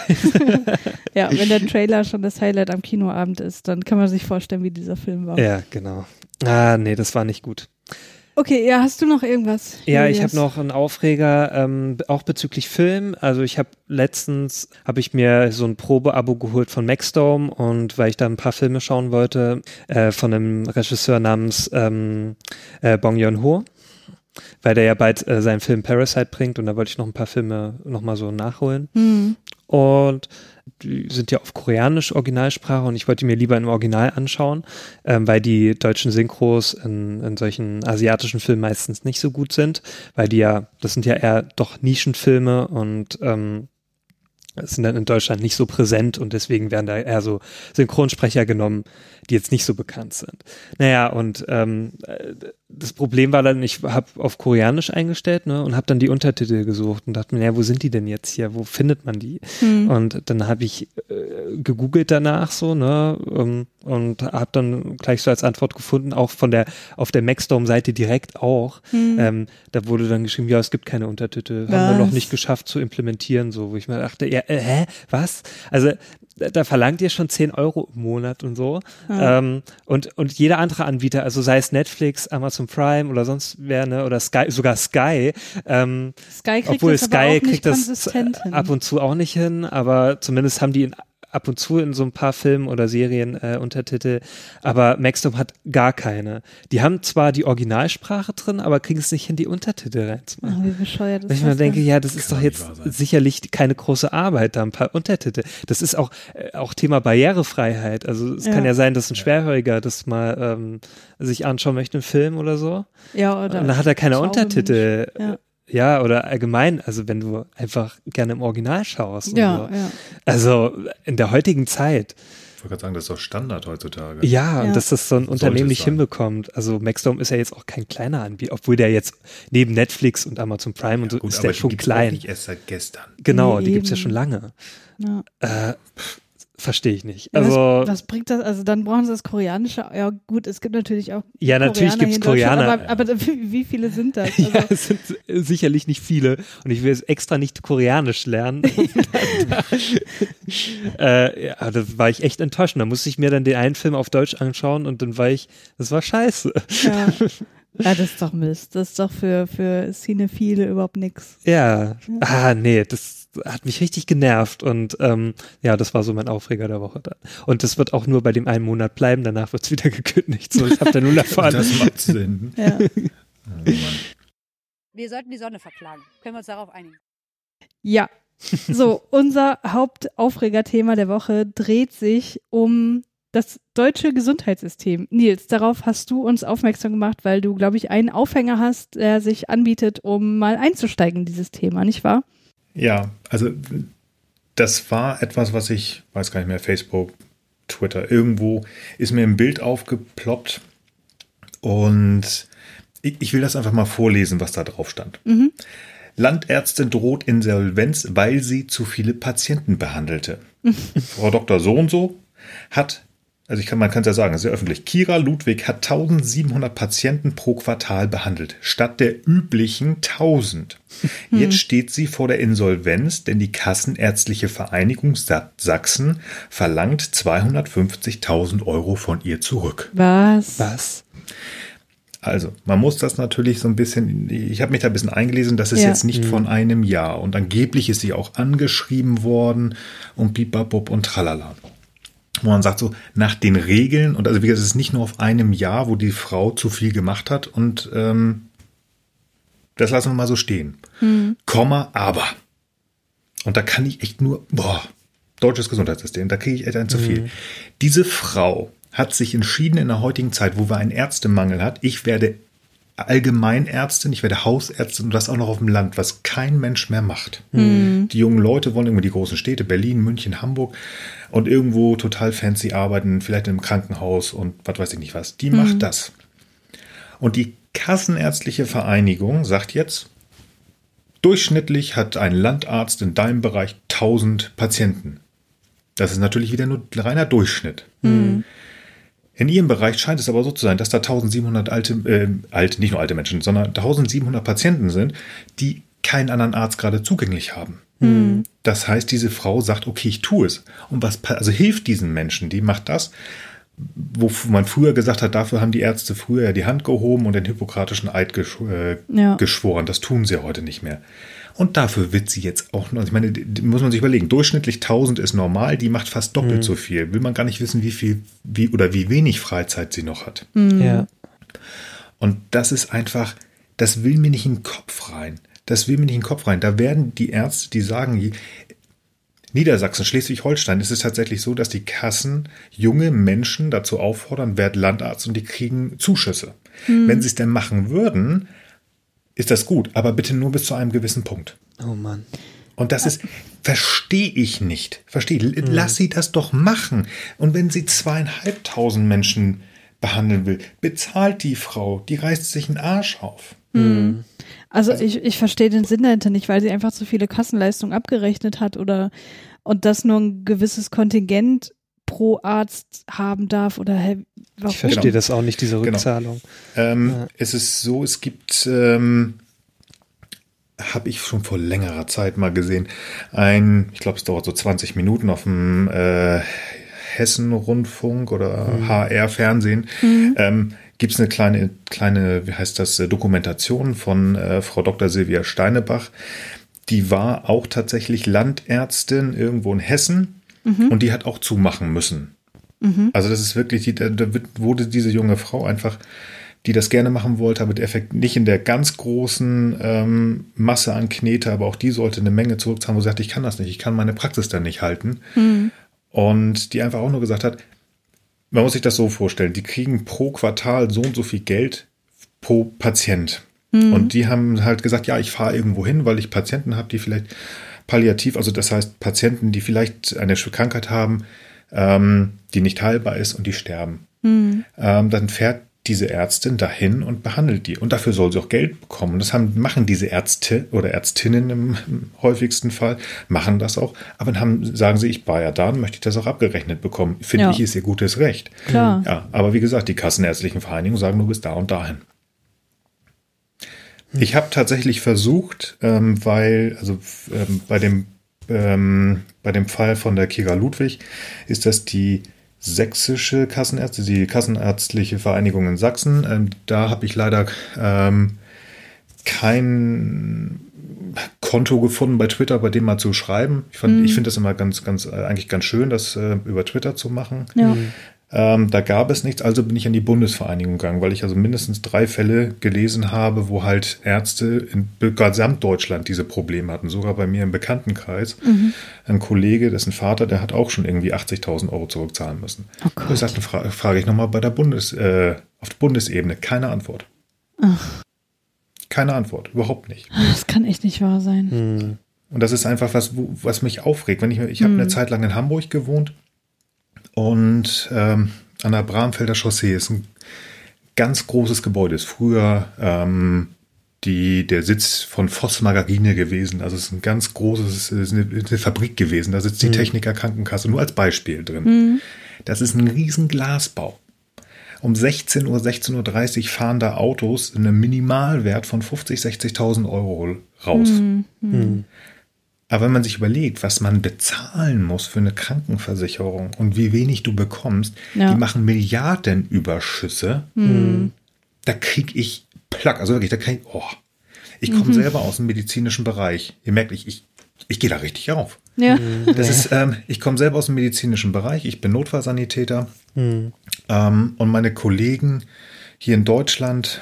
Ja, wenn der Trailer schon das Highlight am Kinoabend ist, dann kann man sich vorstellen, wie dieser Film war. Ja, genau. Ah, nee, das war nicht gut. Okay, ja, hast du noch irgendwas? Ja, ich habe noch einen Aufreger, ähm, auch bezüglich Film. Also ich habe letztens, habe ich mir so ein Probeabo geholt von Maxdome und weil ich da ein paar Filme schauen wollte, äh, von einem Regisseur namens ähm, äh, Bong Joon-ho, weil der ja bald äh, seinen Film Parasite bringt und da wollte ich noch ein paar Filme nochmal so nachholen. Mhm. Und die sind ja auf Koreanisch Originalsprache und ich wollte mir lieber im Original anschauen, ähm, weil die deutschen Synchros in, in solchen asiatischen Filmen meistens nicht so gut sind, weil die ja, das sind ja eher doch Nischenfilme und ähm, sind dann in Deutschland nicht so präsent und deswegen werden da eher so Synchronsprecher genommen, die jetzt nicht so bekannt sind. Naja, und ähm, das Problem war dann, ich habe auf Koreanisch eingestellt, ne, und habe dann die Untertitel gesucht und dachte mir, ja, wo sind die denn jetzt hier? Wo findet man die? Mhm. Und dann habe ich äh, gegoogelt danach so, ne, ähm, und habe dann gleich so als Antwort gefunden, auch von der auf der Maxdome-Seite direkt auch. Mhm. Ähm, da wurde dann geschrieben, ja, es gibt keine Untertitel, was? Haben wir noch nicht geschafft zu implementieren, so, wo ich mir dachte, ja, äh, hä, was? Also da verlangt ihr schon zehn Euro im Monat und so. Ja. Ähm, und, und jeder andere Anbieter, also sei es Netflix, Amazon Prime oder sonst wer, ne, oder Sky, sogar Sky. Ähm, Sky kriegt obwohl das Sky aber auch kriegt nicht das konsistent hin. Ab und zu auch nicht hin, aber zumindest haben die in ab und zu in so ein paar Filmen oder Serien äh, Untertitel, aber Maxdome hat gar keine. Die haben zwar die Originalsprache drin, aber kriegen es nicht hin, die Untertitel reinzumachen. Oh, wie bescheuert ist Wenn ich mir denke, ja, das ist doch jetzt sicherlich keine große Arbeit, da ein paar Untertitel. Das ist auch äh, auch Thema Barrierefreiheit. Also es ja. kann ja sein, dass ein Schwerhöriger das mal ähm, sich anschauen möchte, einen Film oder so. Ja, oder und dann hat er keine Untertitel. Ja. Ja, oder allgemein, also wenn du einfach gerne im Original schaust. Ja, so. ja. Also in der heutigen Zeit. Ich wollte gerade sagen, das ist doch Standard heutzutage. Ja, ja. und dass das so ein Unternehmen nicht hinbekommt. Also Maxdome ist ja jetzt auch kein kleiner Anbieter, obwohl der jetzt neben Netflix und Amazon Prime ja, und so gut, ist der schon klein. Nicht erst seit gestern. Genau, nee, die gibt's ja schon lange. Ja. Äh, Verstehe ich nicht. Ja, also was, was bringt das? Also dann brauchen sie das Koreanische. Ja gut, es gibt natürlich auch Ja, natürlich gibt es Koreaner. Aber, aber wie, wie viele sind das? Also ja, es sind sicherlich nicht viele. Und ich will jetzt extra nicht Koreanisch lernen. äh, ja, da war ich echt enttäuscht. Da musste ich mir dann den einen Film auf Deutsch anschauen und dann war ich, das war scheiße. Ja. Ja, das ist doch Mist. Das ist doch für, für Cinephile überhaupt nix. Ja. ja. Ah, nee, das hat mich richtig genervt und ähm, ja, das war so mein Aufreger der Woche dann. Und das wird auch nur bei dem einen Monat bleiben, danach wird es wieder gekündigt. So, ich habe da nun erfahren. Das macht Sinn. Ja. Oh, wir sollten die Sonne verklagen. Können wir uns darauf einigen? Ja. So, unser Hauptaufregerthema der Woche dreht sich um das deutsche Gesundheitssystem. Nils, darauf hast du uns aufmerksam gemacht, weil du, glaube ich, einen Aufhänger hast, der sich anbietet, um mal einzusteigen in dieses Thema, nicht wahr? Ja, also das war etwas, was ich, weiß gar nicht mehr, Facebook, Twitter, irgendwo ist mir ein Bild aufgeploppt und ich, ich will das einfach mal vorlesen, was da drauf stand. Mhm. Landärztin droht Insolvenz, weil sie zu viele Patienten behandelte. Frau Doktor So und so hat Also ich kann, man kann es ja sagen, es ist ja öffentlich. Kira Ludwig hat tausendsiebenhundert Patienten pro Quartal behandelt, statt der üblichen tausend. Hm. Jetzt steht sie vor der Insolvenz, denn die Kassenärztliche Vereinigung Sachsen verlangt zweihundertfünfzigtausend Euro von ihr zurück. Was? Was? Also, man muss das natürlich so ein bisschen, ich habe mich da ein bisschen eingelesen, das ist ja. jetzt nicht mhm. von einem Jahr. Und angeblich ist sie auch angeschrieben worden und bibabub und tralala. Wo man sagt so, nach den Regeln, und also wie gesagt, es ist nicht nur auf einem Jahr, wo die Frau zu viel gemacht hat und ähm, das lassen wir mal so stehen. Hm. Komma, aber. Und da kann ich echt nur, boah, deutsches Gesundheitssystem, da kriege ich echt ein zu viel. Hm. Diese Frau hat sich entschieden in der heutigen Zeit, wo wir einen Ärztemangel hat, ich werde Allgemeinärztin, ich werde Hausärztin und das auch noch auf dem Land, was kein Mensch mehr macht. Mhm. Die jungen Leute wollen irgendwie die großen Städte, Berlin, München, Hamburg und irgendwo total fancy arbeiten, vielleicht im Krankenhaus und was weiß ich nicht was. Die mhm. macht das. Und die Kassenärztliche Vereinigung sagt jetzt, durchschnittlich hat ein Landarzt in deinem Bereich tausend Patienten. Das ist natürlich wieder nur reiner Durchschnitt. Mhm. In ihrem Bereich scheint es aber so zu sein, dass da eintausendsiebenhundert alte, äh, alte, nicht nur alte Menschen, sondern eintausendsiebenhundert Patienten sind, die keinen anderen Arzt gerade zugänglich haben. Mhm. Das heißt, diese Frau sagt, okay, ich tue es. Und was, also hilft diesen Menschen, die macht das, wo man früher gesagt hat, dafür haben die Ärzte früher die Hand gehoben und den hippokratischen Eid geschw- äh, Ja. geschworen. Das tun sie heute nicht mehr. Und dafür wird sie jetzt auch noch, ich meine, die, muss man sich überlegen, durchschnittlich tausend ist normal, die macht fast doppelt Mhm. so viel. Will man gar nicht wissen, wie viel, wie oder wie wenig Freizeit sie noch hat. Mhm. Ja. Und das ist einfach, das will mir nicht in den Kopf rein. Das will mir nicht in den Kopf rein. Da werden die Ärzte, die sagen, Niedersachsen, Schleswig-Holstein ist es tatsächlich so, dass die Kassen junge Menschen dazu auffordern, werd Landarzt und die kriegen Zuschüsse. Mhm. Wenn sie es denn machen würden, ist das gut, aber bitte nur bis zu einem gewissen Punkt. Oh Mann. Und das ist, verstehe ich nicht. Verstehe, lass sie das doch machen. Und wenn sie zweieinhalbtausend Menschen behandeln will, bezahlt die Frau, die reißt sich einen Arsch auf. Mhm. Also ich, ich verstehe den Sinn dahinter nicht, weil sie einfach zu viele Kassenleistungen abgerechnet hat oder und das nur ein gewisses Kontingent pro Arzt haben darf oder hä, warum? Ich verstehe Genau. das auch nicht, diese Genau. Rückzahlung. Ähm, Ja. Es ist so, es gibt, ähm, habe ich schon vor längerer Zeit mal gesehen, ein, ich glaube, es dauert so zwanzig Minuten auf dem äh, Hessen-Rundfunk oder Mhm. H R-Fernsehen, Mhm. ähm, gibt es eine kleine, kleine, wie heißt das, äh, Dokumentation von äh, Frau Doktor Silvia Steinebach. Die war auch tatsächlich Landärztin irgendwo in Hessen Mhm. und die hat auch zumachen müssen. Mhm. Also das ist wirklich, die, da da wird- wurde diese junge Frau einfach, die das gerne machen wollte, aber der Effekt nicht in der ganz großen ähm, Masse an Knete, aber auch die sollte eine Menge zurückzahlen, wo sie sagt, ich kann das nicht, ich kann meine Praxis dann nicht halten. Mhm. Und die einfach auch nur gesagt hat, man muss sich das so vorstellen, die kriegen pro Quartal so und so viel Geld pro Patient. Mhm. Und die haben halt gesagt, ja, ich fahre irgendwo hin, weil ich Patienten habe, die vielleicht palliativ, also das heißt Patienten, die vielleicht eine Krankheit haben, ähm, die nicht heilbar ist und die sterben. Mhm. Ähm, dann fährt diese Ärztin dahin und behandelt die. Und dafür soll sie auch Geld bekommen. Das haben, machen diese Ärzte oder Ärztinnen im, im häufigsten Fall, machen das auch. Aber dann haben, sagen sie, ich war ja da, dann möchte ich das auch abgerechnet bekommen. Finde Ja. ich, ist ihr gutes Recht. Klar. Ja, aber wie gesagt, die kassenärztlichen Vereinigungen sagen, du bist da und dahin. Ich habe tatsächlich versucht, ähm, weil, also ähm, bei dem ähm, bei dem Fall von der Kira Ludwig ist das die sächsische Kassenärzte, die Kassenärztliche Vereinigung in Sachsen. Ähm, da habe ich leider ähm, kein Konto gefunden bei Twitter, bei dem mal zu schreiben. Ich, fand- Mhm. ich finde das immer ganz, ganz, äh, eigentlich ganz schön, das äh, über Twitter zu machen. Ja. Ähm, da gab es nichts, also bin ich an die Bundesvereinigung gegangen, weil ich also mindestens drei Fälle gelesen habe, wo halt Ärzte in Gesamtdeutschland diese Probleme hatten, sogar bei mir im Bekanntenkreis. Mhm. Ein Kollege, dessen Vater, der hat auch schon irgendwie achtzigtausend Euro zurückzahlen müssen. Oh Ich Gott. sagte, fra frage ich nochmal bei der Bundes, äh, auf der Bundesebene, keine Antwort. Ach, Keine Antwort, überhaupt nicht. das kann echt nicht wahr sein. Hm. Und das ist einfach was, wo, was mich aufregt. Wenn ich ich habe Mhm. eine Zeit lang in Hamburg gewohnt und ähm, an der Bramfelder Chaussee ist ein ganz großes Gebäude. Ist früher ähm, die, der Sitz von Voss Margarine gewesen. Also es ist ein ganz großes, es ist eine, eine Fabrik gewesen. Da sitzt die Mhm. Techniker Krankenkasse nur als Beispiel drin. Mhm. Das ist ein riesen Glasbau. Um sechzehn Uhr, sechzehn Uhr dreißig fahren da Autos in einem Minimalwert von fünfzigtausend, sechzigtausend Euro raus. Mhm. Hm. Aber wenn man sich überlegt, was man bezahlen muss für eine Krankenversicherung und wie wenig du bekommst, Ja. die machen Milliardenüberschüsse, Mhm. da kriege ich Plack. Also wirklich, da kann ich, oh, ich komme Mhm. selber aus dem medizinischen Bereich. Ihr merkt, ich, ich, ich gehe da richtig auf. Ja. Das ist, ähm, ich komme selber aus dem medizinischen Bereich, ich bin Notfallsanitäter Hm. ähm, und meine Kollegen hier in Deutschland,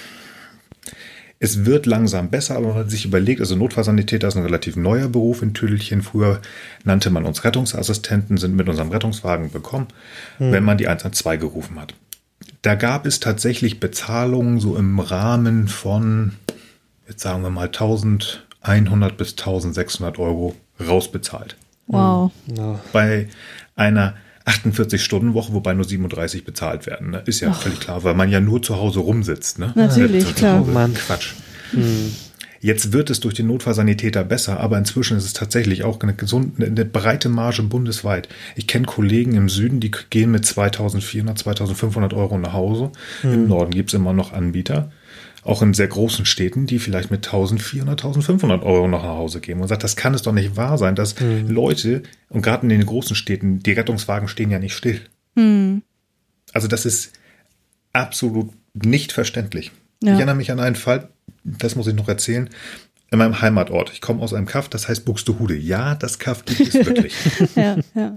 es wird langsam besser, aber wenn man sich überlegt, also Notfallsanitäter ist ein relativ neuer Beruf in Tüdelchen. Früher nannte man uns Rettungsassistenten, sind mit unserem Rettungswagen bekommen, wenn man die eins eins zwei gerufen hat. Da gab es tatsächlich Bezahlungen so im Rahmen von, jetzt sagen wir mal, eintausendeinhundert bis eintausendsechshundert Euro rausbezahlt. Wow. Ja. Bei einer achtundvierzig-Stunden-Woche, wobei nur siebenunddreißig bezahlt werden. Ne? Ist ja völlig klar, weil man ja nur zu Hause rumsitzt. Ne? Natürlich, Das ist klar. total Oh Mann. Quatsch. Hm. Jetzt wird es durch den Notfallsanitäter besser, aber inzwischen ist es tatsächlich auch eine gesunde, eine breite Marge bundesweit. Ich kenne Kollegen im Süden, die gehen mit zweitausendvierhundert, zweitausendfünfhundert Euro nach Hause. Mhm. Im Norden gibt es immer noch Anbieter, auch in sehr großen Städten, die vielleicht mit eintausendvierhundert, eintausendfünfhundert Euro noch nach Hause gehen. Und sagt, das kann es doch nicht wahr sein, dass mhm. Leute, und gerade in den großen Städten, die Rettungswagen stehen ja nicht still. Mhm. Also das ist absolut nicht verständlich. Ja. Ich erinnere mich an einen Fall, das muss ich noch erzählen, in meinem Heimatort. Ich komme aus einem Kaff, das heißt Buxtehude. Ja, das Kaff gibt es wirklich. ja, ja.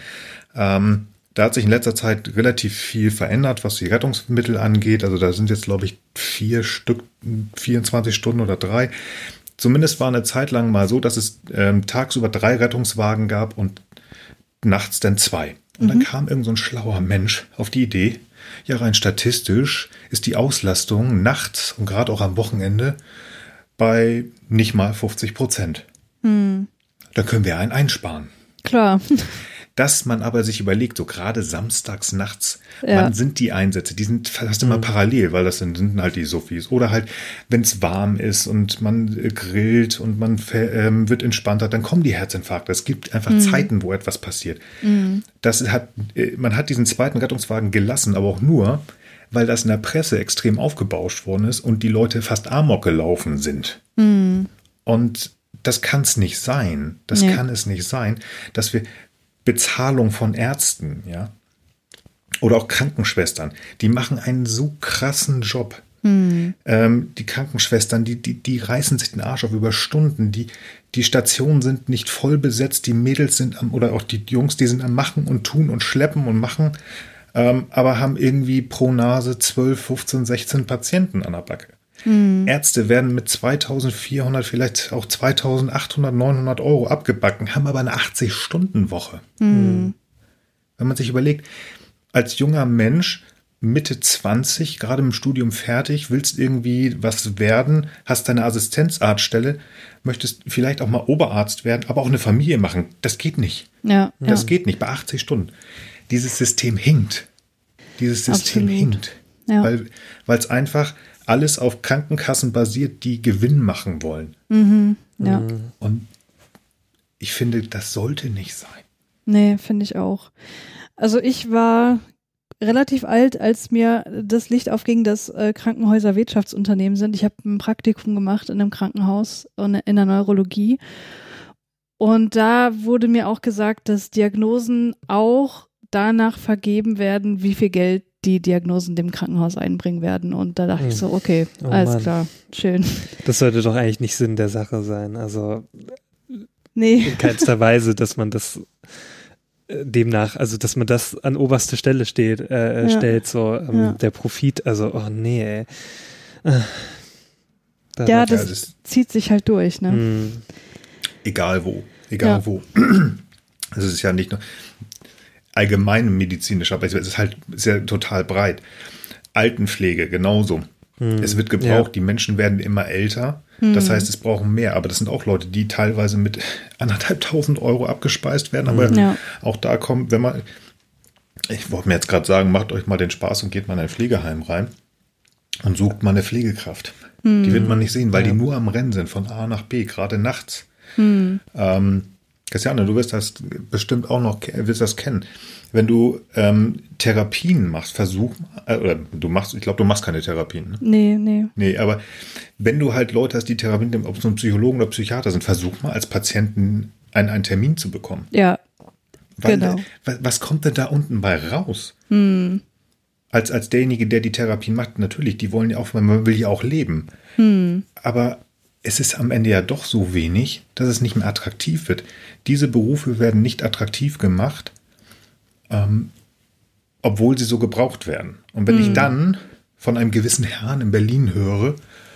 Ähm, da hat sich in letzter Zeit relativ viel verändert, was die Rettungsmittel angeht. Also da sind jetzt, glaube ich, vier Stück, vierundzwanzig Stunden oder drei. Zumindest war eine Zeit lang mal so, dass es ähm, tagsüber drei Rettungswagen gab und nachts dann zwei. Und mhm. dann kam irgend so ein schlauer Mensch auf die Idee, ja, rein statistisch ist die Auslastung nachts und gerade auch am Wochenende bei nicht mal fünfzig Prozent. Hm. Da können wir einen einsparen. Klar. Dass man aber sich überlegt, so gerade samstags nachts, ja. wann sind die Einsätze? Die sind fast immer mhm. parallel, weil das sind, sind halt die Sophies. Oder halt, wenn es warm ist und man äh, grillt und man ähm, wird entspannter, dann kommen die Herzinfarkte. Es gibt einfach mhm. Zeiten, wo etwas passiert. Mhm. Das hat, äh, man hat diesen zweiten Rettungswagen gelassen, aber auch nur, weil das in der Presse extrem aufgebauscht worden ist und die Leute fast Amok gelaufen sind. Mhm. Und das kann es nicht sein. Das nee. kann es nicht sein, dass wir Bezahlung von Ärzten, ja, oder auch Krankenschwestern, die machen einen so krassen Job. Hm. Ähm, die Krankenschwestern, die, die, die reißen sich den Arsch auf über Stunden. Die, die Stationen sind nicht voll besetzt, die Mädels sind am, oder auch die Jungs, die sind am Machen und Tun und Schleppen und Machen, ähm, aber haben irgendwie pro Nase zwölf, fünfzehn, sechzehn Patienten an der Backe. Hm. Ärzte werden mit zweitausendvierhundert, vielleicht auch zweitausendachthundert, neunhundert Euro abgebacken, haben aber eine achtzig-Stunden-Woche. Hm. Wenn man sich überlegt, als junger Mensch, Mitte zwanzig, gerade im Studium fertig, willst irgendwie was werden, hast deine Assistenzarztstelle, möchtest vielleicht auch mal Oberarzt werden, aber auch eine Familie machen. Das geht nicht. Ja, das ja. geht nicht bei achtzig Stunden. Dieses System hinkt. Dieses System Absolut. hinkt. Ja. Weil es einfach alles auf Krankenkassen basiert, die Gewinn machen wollen. Mhm, ja. Und ich finde, das sollte nicht sein. Nee, finde ich auch. Also ich war relativ alt, als mir das Licht aufging, dass äh, Krankenhäuser Wirtschaftsunternehmen sind. Ich habe ein Praktikum gemacht in einem Krankenhaus und in der Neurologie. Und da wurde mir auch gesagt, dass Diagnosen auch danach vergeben werden, wie viel Geld die Diagnosen dem Krankenhaus einbringen werden. Und da dachte hm. ich so, okay, oh, alles Mann. klar, schön. Das sollte doch eigentlich nicht Sinn der Sache sein. Also nee. in keinster Weise, dass man das äh, demnach, also dass man das an oberste Stelle steht, äh, ja. stellt, so ähm, ja. der Profit, also oh nee, ey. Äh, da ja, das, ja, das zieht sich halt durch, ne? Hm. Egal wo, egal ja. wo. Also es ist ja nicht nur allgemein medizinisch, aber es ist halt sehr total breit. Altenpflege genauso. Hm. Es wird gebraucht, ja. die Menschen werden immer älter. Hm. Das heißt, es brauchen mehr. Aber das sind auch Leute, die teilweise mit anderthalbtausend Euro abgespeist werden. Aber ja. auch da kommt, wenn man, ich wollte mir jetzt gerade sagen, macht euch mal den Spaß und geht mal in ein Pflegeheim rein und sucht mal eine Pflegekraft. Hm. Die wird man nicht sehen, weil ja. die nur am Rennen sind von A nach B, gerade nachts. Hm. Ähm, Christiane, du wirst das bestimmt auch noch wirst das kennen. Wenn du ähm, Therapien machst, versuch, äh, oder du machst, ich glaube, du machst keine Therapien. Ne? Nee, nee. Nee, aber wenn du halt Leute hast, die Therapien nehmen, ob es nun Psychologen oder Psychiater sind, versuch mal als Patienten einen, einen Termin zu bekommen. Ja, Weil, genau. Was, was kommt denn da unten bei raus? Hm. Als, als derjenige, der die Therapien macht, natürlich, die wollen ja auch, man will ja auch leben. Hm. Aber es ist am Ende ja doch so wenig, dass es nicht mehr attraktiv wird. Diese Berufe werden nicht attraktiv gemacht, ähm, obwohl sie so gebraucht werden. Und wenn mm. ich dann von einem gewissen Herrn in Berlin höre,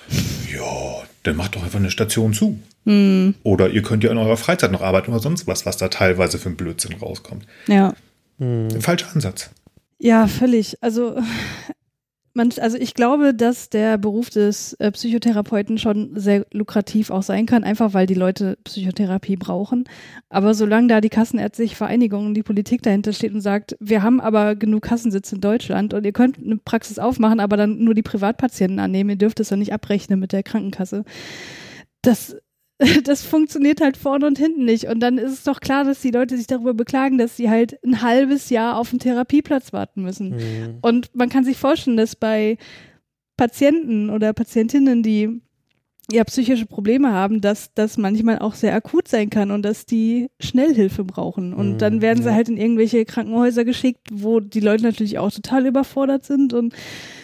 ja, dann macht doch einfach eine Station zu. Mm. Oder ihr könnt ja in eurer Freizeit noch arbeiten oder sonst was, was da teilweise für ein Blödsinn rauskommt. Ja. Mm. Falscher Ansatz. Ja, völlig. Also Man, also ich glaube, dass der Beruf des äh, Psychotherapeuten schon sehr lukrativ auch sein kann, einfach weil die Leute Psychotherapie brauchen. Aber solange da die Kassenärztliche Vereinigung und die Politik dahinter steht und sagt, wir haben aber genug Kassensitze in Deutschland und ihr könnt eine Praxis aufmachen, aber dann nur die Privatpatienten annehmen, ihr dürft es ja nicht abrechnen mit der Krankenkasse, das, das funktioniert halt vorne und hinten nicht. Und dann ist es doch klar, dass die Leute sich darüber beklagen, dass sie halt ein halbes Jahr auf einen Therapieplatz warten müssen. Mhm. Und man kann sich vorstellen, dass bei Patienten oder Patientinnen, die ja psychische Probleme haben, dass das manchmal auch sehr akut sein kann und dass die Schnellhilfe brauchen. Und mhm, dann werden ja. sie halt in irgendwelche Krankenhäuser geschickt, wo die Leute natürlich auch total überfordert sind. Und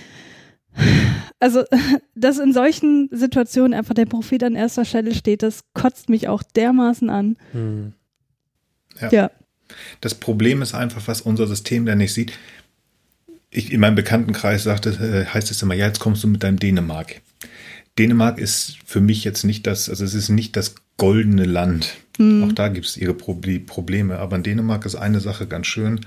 also, dass in solchen Situationen einfach der Prophet an erster Stelle steht, das kotzt mich auch dermaßen an. Mhm. Ja. ja. Das Problem ist einfach, was unser System da nicht sieht. Ich, in meinem Bekanntenkreis sagte, äh, heißt es immer, ja, jetzt kommst du mit deinem Dänemark. Dänemark ist für mich jetzt nicht das, also es ist nicht das goldene Land. Mhm. Auch da gibt es ihre Probleme. Aber in Dänemark ist eine Sache ganz schön.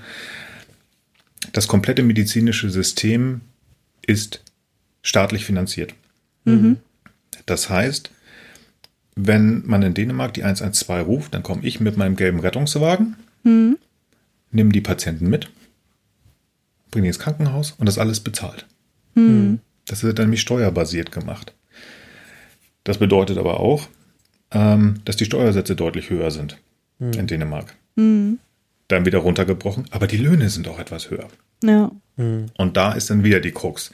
Das komplette medizinische System ist staatlich finanziert. Mhm. Das heißt, wenn man in Dänemark die eins eins zwei ruft, dann komme ich mit meinem gelben Rettungswagen, mhm. nehme die Patienten mit, bringe die ins Krankenhaus und das alles bezahlt. Mhm. Das wird dann nämlich steuerbasiert gemacht. Das bedeutet aber auch, ähm, dass die Steuersätze deutlich höher sind mhm. in Dänemark. Mhm. Dann wieder runtergebrochen, aber die Löhne sind auch etwas höher. Ja. Mhm. Und da ist dann wieder die Krux.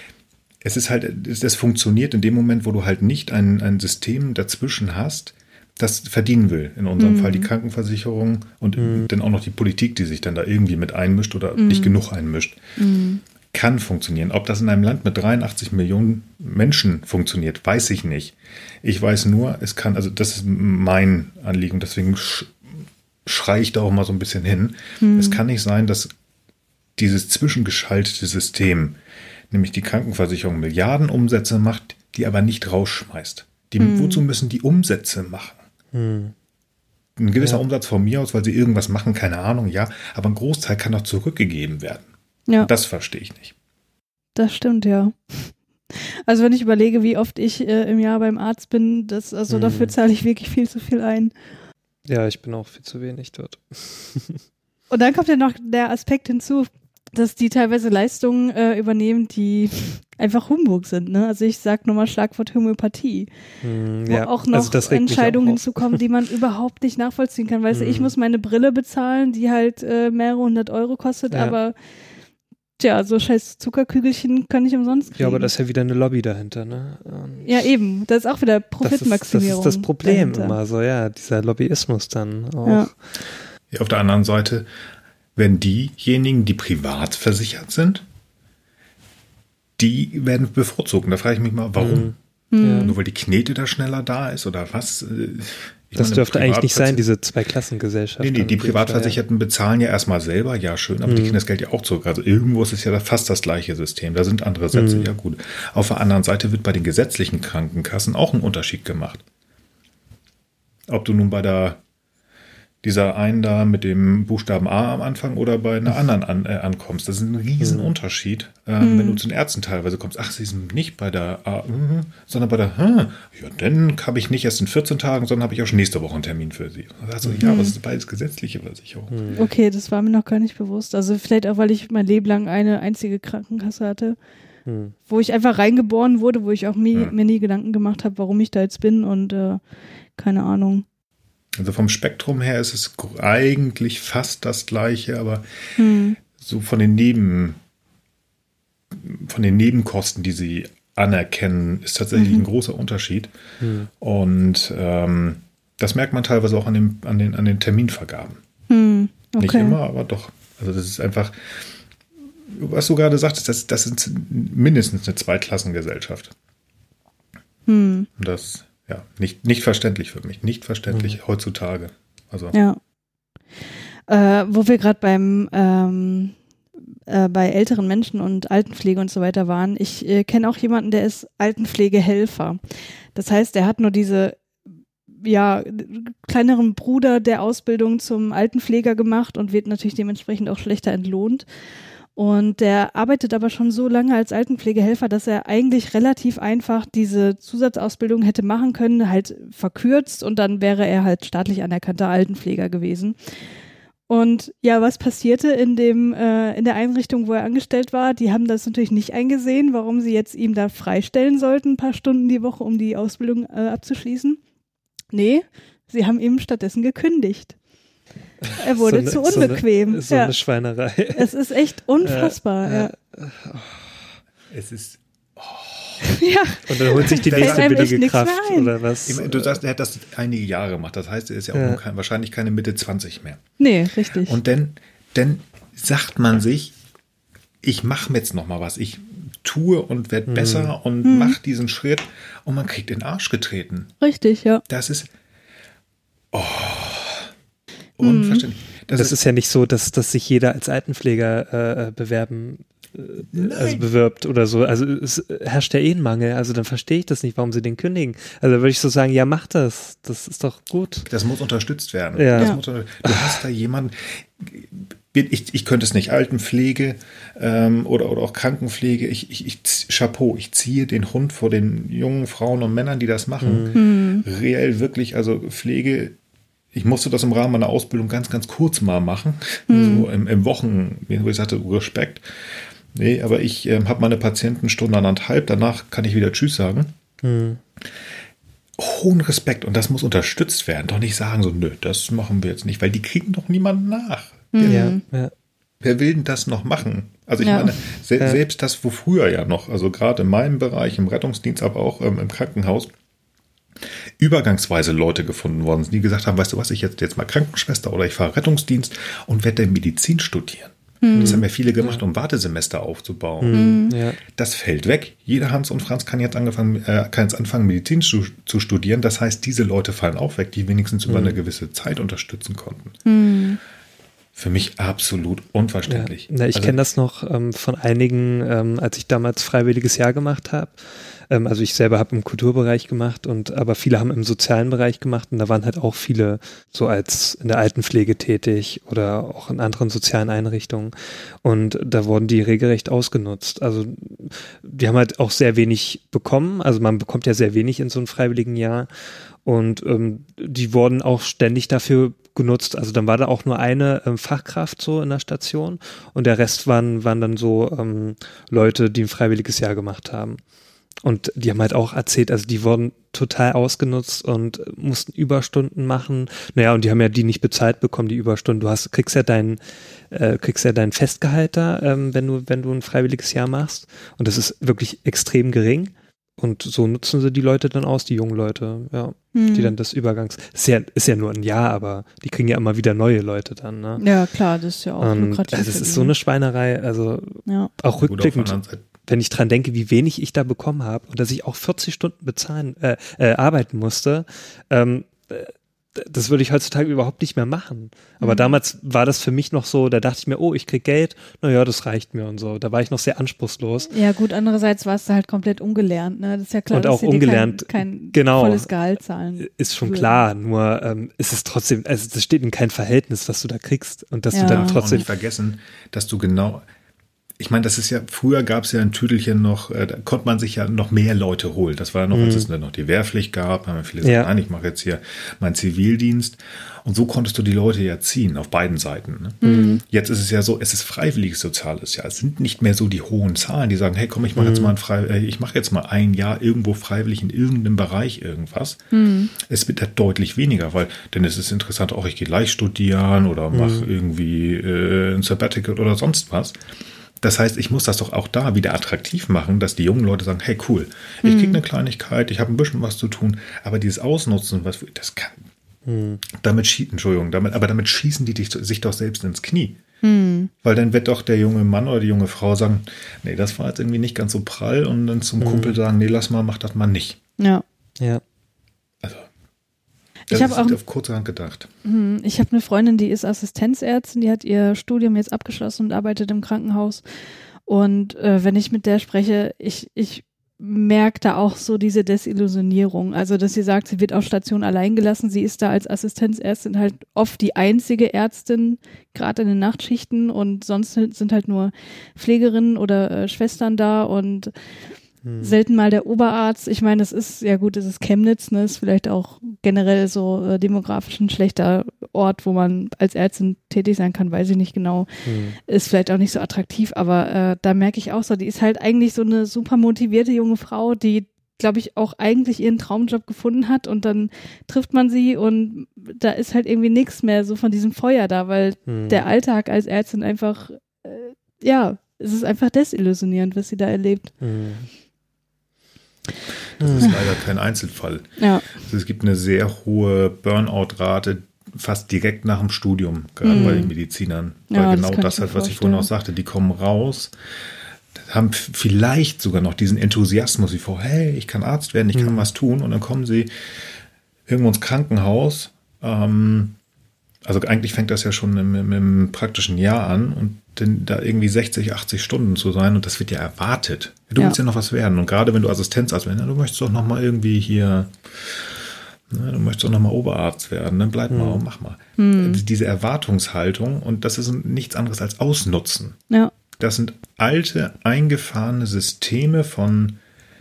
Es ist halt, das funktioniert in dem Moment, wo du halt nicht ein, ein System dazwischen hast, das verdienen will. In unserem mhm. Fall die Krankenversicherung und mhm. dann auch noch die Politik, die sich dann da irgendwie mit einmischt oder mhm. nicht genug einmischt. Mhm. Kann funktionieren. Ob das in einem Land mit dreiundachtzig Millionen Menschen funktioniert, weiß ich nicht. Ich weiß nur, es kann, also das ist mein Anliegen, deswegen sch- schreie ich da auch mal so ein bisschen hin. Mhm. Es kann nicht sein, dass dieses zwischengeschaltete System, nämlich die Krankenversicherung, Milliarden Umsätze macht, die aber nicht rausschmeißt. Die, mhm. Wozu müssen die Umsätze machen? Mhm. Ein gewisser ja. Umsatz von mir aus, weil sie irgendwas machen, keine Ahnung, ja, aber ein Großteil kann doch zurückgegeben werden. Ja. Das verstehe ich nicht. Das stimmt, ja. Also wenn ich überlege, wie oft ich äh, im Jahr beim Arzt bin, das, also mhm. dafür zahle ich wirklich viel zu viel ein. Ja, ich bin auch viel zu wenig dort. Und dann kommt ja noch der Aspekt hinzu, dass die teilweise Leistungen äh, übernehmen, die einfach Humbug sind. Ne? Also ich sage nochmal Schlagwort Homöopathie. Mm, ja. Wo auch noch also Entscheidungen hinzukommen, die man überhaupt nicht nachvollziehen kann. Weißt mm. du, ich muss meine Brille bezahlen, die halt äh, mehrere hundert Euro kostet, ja. aber tja, so scheiß Zuckerkügelchen kann ich umsonst kriegen. Ja, aber das ist ja wieder eine Lobby dahinter, ne? Und ja, eben. Das ist auch wieder Profitmaximierung. Das ist das, Problem dahinter. Immer so, ja, dieser Lobbyismus dann auch. Ja. Ja, auf der anderen Seite, wenn diejenigen, die privat versichert sind, die werden bevorzugt. Und da frage ich mich mal, warum? Mhm. Ja. Nur weil die Knete da schneller da ist oder was? Ich das meine, dürfte eigentlich nicht sein, diese Zweiklassengesellschaft. Nee, nee, die Privatversicherten bezahlen ja erstmal selber, ja schön, aber mhm. die kriegen das Geld ja auch zurück. Also irgendwo ist es ja fast das gleiche System. Da sind andere Sätze, mhm. ja gut. Auf der anderen Seite wird bei den gesetzlichen Krankenkassen auch ein Unterschied gemacht. Ob du nun bei der dieser einen da mit dem Buchstaben A am Anfang oder bei einer anderen an, äh, ankommst. Das ist ein riesen mhm. Unterschied, äh, mhm. wenn du zu den Ärzten teilweise kommst. Ach, sie sind nicht bei der A, mh, sondern bei der, hm, ja, dann habe ich nicht erst in vierzehn Tagen, sondern habe ich auch schon nächste Woche einen Termin für sie. Also, mhm. ja, aber es ist beides gesetzliche Versicherung. Mhm. Okay, das war mir noch gar nicht bewusst. Also vielleicht auch, weil ich mein Leben lang eine einzige Krankenkasse hatte, mhm. wo ich einfach reingeboren wurde, wo ich auch mir, mhm. mir nie Gedanken gemacht habe, warum ich da jetzt bin und äh, keine Ahnung. Also vom Spektrum her ist es eigentlich fast das Gleiche, aber hm. so von den Neben, von den Nebenkosten, die sie anerkennen, ist tatsächlich mhm. ein großer Unterschied. Hm. Und ähm, das merkt man teilweise auch an, dem, an, den, an den Terminvergaben. Hm. Okay. Nicht immer, aber doch. Also das ist einfach, was du gerade sagtest, das, das ist mindestens eine Zweiklassengesellschaft. Hm. Und das Ja, nicht, nicht verständlich für mich. Nicht verständlich mhm. heutzutage. Also. Ja. Äh, wo wir gerade beim ähm, äh, bei älteren Menschen und Altenpflege und so weiter waren. Ich äh, kenne auch jemanden, der ist Altenpflegehelfer. Das heißt, der hat nur diese ja, kleineren Bruder der Ausbildung zum Altenpfleger gemacht und wird natürlich dementsprechend auch schlechter entlohnt. Und der arbeitet aber schon so lange als Altenpflegehelfer, dass er eigentlich relativ einfach diese Zusatzausbildung hätte machen können, halt verkürzt und dann wäre er halt staatlich anerkannter Altenpfleger gewesen. Und ja, was passierte in dem äh, in der Einrichtung, wo er angestellt war? Die haben das natürlich nicht eingesehen, warum sie jetzt ihm da freistellen sollten, ein paar Stunden die Woche, um die Ausbildung äh, abzuschließen. Nee, sie haben ihm stattdessen gekündigt. Er wurde so eine, zu unbequem. So eine, so ja. eine Schweinerei. Es ist echt unfassbar. Äh, ja. Äh, Es ist ja. Und dann holt sich die nächste billige Kraft oder was? Ich meine, du sagst, er hat das einige Jahre gemacht. Das heißt, er ist ja auch ja. noch kein, wahrscheinlich keine Mitte zwanzig mehr. Nee, richtig. Und dann, dann sagt man sich, ich mache jetzt noch mal was. Ich tue und werde mhm. besser und mhm. mache diesen Schritt und man kriegt in den Arsch getreten. Richtig, ja. Das ist oh, unverständlich. Das, das ist, ist ja nicht so, dass, dass sich jeder als Altenpfleger äh, bewerben also bewirbt oder so. Also es herrscht ja eh ein Mangel. Also dann verstehe ich das nicht, warum sie den kündigen. Also würde ich so sagen, ja, mach das. Das ist doch gut. Das muss unterstützt werden. Ja. Das ja. muss, du hast da jemanden, ich, ich könnte es nicht, Altenpflege ähm, oder, oder auch Krankenpflege, ich, ich, ich, Chapeau, ich ziehe den Hund vor den jungen Frauen und Männern, die das machen. Mhm. Reell wirklich, also Pflege, ich musste das im Rahmen meiner Ausbildung ganz, ganz kurz mal machen. Mhm. So im, im Wochen, wo ich sagte, Respekt. Nee, aber ich ähm, habe meine Patienten Stunde anderthalb, danach kann ich wieder Tschüss sagen. Mhm. Hohen Respekt und das muss unterstützt werden. Doch nicht sagen so, nö, das machen wir jetzt nicht, weil die kriegen doch niemanden nach. Mhm. Ja, ja. Wer will denn das noch machen? Also ich ja. meine, se- ja. selbst das, wo früher ja noch, also gerade in meinem Bereich, im Rettungsdienst, aber auch ähm, im Krankenhaus, übergangsweise Leute gefunden worden sind, die gesagt haben, weißt du was, ich jetzt, jetzt mal Krankenschwester oder ich fahre Rettungsdienst und werde dann Medizin studieren. Das haben ja viele gemacht, um Wartesemester aufzubauen. Mhm. Ja. Das fällt weg. Jeder Hans und Franz kann jetzt, angefangen, äh, kann jetzt anfangen, Medizin zu, zu studieren. Das heißt, diese Leute fallen auch weg, die wenigstens mhm. über eine gewisse Zeit unterstützen konnten. Mhm. Für mich absolut unverständlich. Ja. Na, ich also, kenne das noch ähm, von einigen, ähm, als ich damals freiwilliges Jahr gemacht habe. Ähm, also ich selber habe im Kulturbereich gemacht, und aber viele haben im sozialen Bereich gemacht, und da waren halt auch viele so als in der Altenpflege tätig oder auch in anderen sozialen Einrichtungen, und da wurden die regelrecht ausgenutzt. Also die haben halt auch sehr wenig bekommen, also man bekommt ja sehr wenig in so einem freiwilligen Jahr, und ähm, die wurden auch ständig dafür genutzt. Also dann war da auch nur eine ähm, Fachkraft so in der Station, und der Rest waren, waren dann so ähm, Leute, die ein freiwilliges Jahr gemacht haben. Und die haben halt auch erzählt, also die wurden total ausgenutzt und mussten Überstunden machen. Naja, und die haben ja die nicht bezahlt bekommen, die Überstunden. Du hast, kriegst ja dein, äh, kriegst ja dein Festgehalt da, ähm, wenn du, wenn du ein freiwilliges Jahr machst. Und das ist wirklich extrem gering. Und so nutzen sie die Leute dann aus, die jungen Leute, ja, hm. die dann das Übergangs, ist ja, ist ja nur ein Jahr, aber die kriegen ja immer wieder neue Leute dann, ne? Ja, klar, das ist ja auch und, lukrativ. Also es ist so eine Schweinerei, also ja. auch rückblickend, wenn ich dran denke, wie wenig ich da bekommen habe und dass ich auch vierzig Stunden bezahlen, äh, äh, arbeiten musste, ähm, das würde ich heutzutage überhaupt nicht mehr machen. Aber mhm. damals war das für mich noch so, da dachte ich mir, oh, ich krieg Geld, naja, das reicht mir und so. Da war ich noch sehr anspruchslos. Ja gut, andererseits warst du halt komplett ungelernt, ne? Das ist ja klar, und dass auch sie ungelernt, dir kein, kein genau, volles Gehalt zahlen. Ist schon würden. klar, nur ähm, ist es trotzdem, also das steht in keinem Verhältnis, was du da kriegst, und dass ja. du dann auch trotzdem nicht vergessen, dass du genau, ich meine, das ist ja, früher gab es ja ein Tüdelchen noch, äh, da konnte man sich ja noch mehr Leute holen. Das war ja noch, mhm. als es dann noch die Wehrpflicht gab, haben viele gesagt, ja. nein, ich mache jetzt hier meinen Zivildienst. Und so konntest du die Leute ja ziehen, auf beiden Seiten. Ne? Mhm. Jetzt ist es ja so, es ist freiwilliges soziales Jahr. Es sind nicht mehr so die hohen Zahlen, die sagen, hey, komm, ich mache mhm. jetzt mal ein frei, ich mache jetzt mal ein Jahr irgendwo freiwillig in irgendeinem Bereich irgendwas. Mhm. Es wird ja deutlich weniger, weil, denn es ist interessant, auch ich gehe leicht studieren oder mache mhm. irgendwie äh, ein Sabbatical oder sonst was. Das heißt, ich muss das doch auch da wieder attraktiv machen, dass die jungen Leute sagen, hey cool, ich kriege eine Kleinigkeit, ich habe ein bisschen was zu tun, aber dieses Ausnutzen, was das kann, hm. damit schießen, Entschuldigung, damit, aber damit schießen die dich, sich doch selbst ins Knie. Hm. Weil dann wird doch der junge Mann oder die junge Frau sagen, nee, das war jetzt irgendwie nicht ganz so prall, und dann zum hm. Kumpel sagen, nee, lass mal, mach das mal nicht. Ja. Ja. Also, das ich habe auch auf kurzerhand gedacht. Ich habe eine Freundin, die ist Assistenzärztin, die hat ihr Studium jetzt abgeschlossen und arbeitet im Krankenhaus. Und äh, wenn ich mit der spreche, ich, ich merke da auch so diese Desillusionierung. Also, dass sie sagt, sie wird auf Station allein gelassen. Sie ist da als Assistenzärztin halt oft die einzige Ärztin, gerade in den Nachtschichten, und sonst sind halt nur Pflegerinnen oder äh, Schwestern da, und hm. selten mal der Oberarzt. Ich meine, das ist, ja gut, es ist Chemnitz, ne, ist vielleicht auch generell so äh, demografisch ein schlechter Ort, wo man als Ärztin tätig sein kann, weiß ich nicht genau. Hm. Ist vielleicht auch nicht so attraktiv, aber äh, da merke ich auch so, die ist halt eigentlich so eine super motivierte junge Frau, die, glaube ich, auch eigentlich ihren Traumjob gefunden hat und dann trifft man sie und da ist halt irgendwie nichts mehr so von diesem Feuer da, weil hm. der Alltag als Ärztin einfach, äh, ja, es ist einfach desillusionierend, was sie da erlebt. Hm. Das ist leider kein Einzelfall. Ja. Also es gibt eine sehr hohe Burnout-Rate fast direkt nach dem Studium, gerade hm. bei den Medizinern. Weil ja, genau das, das halt, was ich vorhin auch sagte, die kommen raus, haben vielleicht sogar noch diesen Enthusiasmus wie vor, hey, ich kann Arzt werden, ich kann hm. was tun und dann kommen sie irgendwo ins Krankenhaus. Ähm, also eigentlich fängt das ja schon im, im, im praktischen Jahr an und denn da irgendwie sechzig, achtzig Stunden zu sein und das wird ja erwartet. Du ja. willst ja noch was werden und gerade wenn du Assistenzarzt werden, du möchtest doch noch mal irgendwie hier, ne, du möchtest doch noch mal Oberarzt werden, dann bleib hm. mal und mach mal. Hm. Diese Erwartungshaltung und das ist nichts anderes als Ausnutzen. Ja. Das sind alte, eingefahrene Systeme von,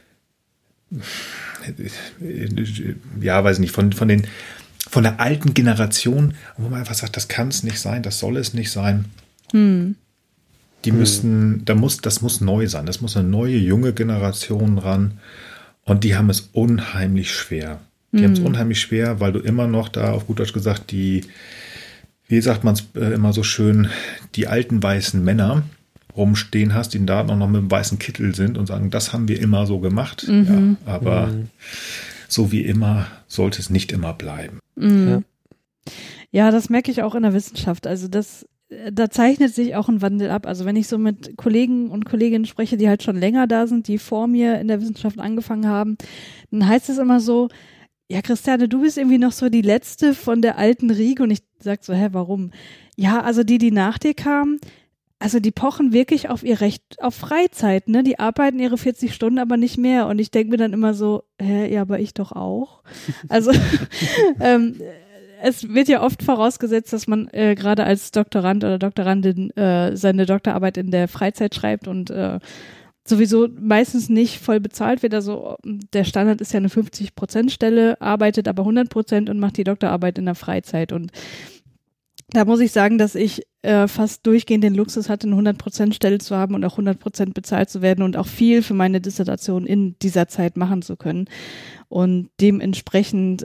ja, weiß nicht, von, von den, von der alten Generation, wo man einfach sagt, das kann es nicht sein, das soll es nicht sein. Hm. Die hm. müssen, da muss, das muss neu sein, das muss eine neue, junge Generation ran und die haben es unheimlich schwer. Die hm. haben es unheimlich schwer, weil du immer noch da, auf gut Deutsch gesagt, die, wie sagt man es äh, immer so schön, die alten weißen Männer rumstehen hast, die da auch noch mit einem weißen Kittel sind und sagen, das haben wir immer so gemacht. Mhm. Ja, aber mhm. so wie immer sollte es nicht immer bleiben. Mhm. Ja. ja, das merke ich auch in der Wissenschaft. Also das, da zeichnet sich auch ein Wandel ab. Also wenn ich so mit Kollegen und Kolleginnen spreche, die halt schon länger da sind, die vor mir in der Wissenschaft angefangen haben, dann heißt es immer so, ja, Christiane, du bist irgendwie noch so die Letzte von der alten Riege und ich sag so, hä, warum? Ja, also die, die nach dir kamen, also die pochen wirklich auf ihr Recht auf Freizeit, ne? Die arbeiten ihre vierzig Stunden, aber nicht mehr. Und ich denke mir dann immer so, hä, ja, aber ich doch auch. Also ähm, es wird ja oft vorausgesetzt, dass man äh, gerade als Doktorand oder Doktorandin äh, seine Doktorarbeit in der Freizeit schreibt und äh, sowieso meistens nicht voll bezahlt wird. Also der Standard ist ja eine fünfzig Prozent Stelle, arbeitet aber hundert Prozent und macht die Doktorarbeit in der Freizeit. Und da muss ich sagen, dass ich äh, fast durchgehend den Luxus hatte, eine hundert Prozent Stelle zu haben und auch hundert Prozent bezahlt zu werden und auch viel für meine Dissertation in dieser Zeit machen zu können. Und dementsprechend,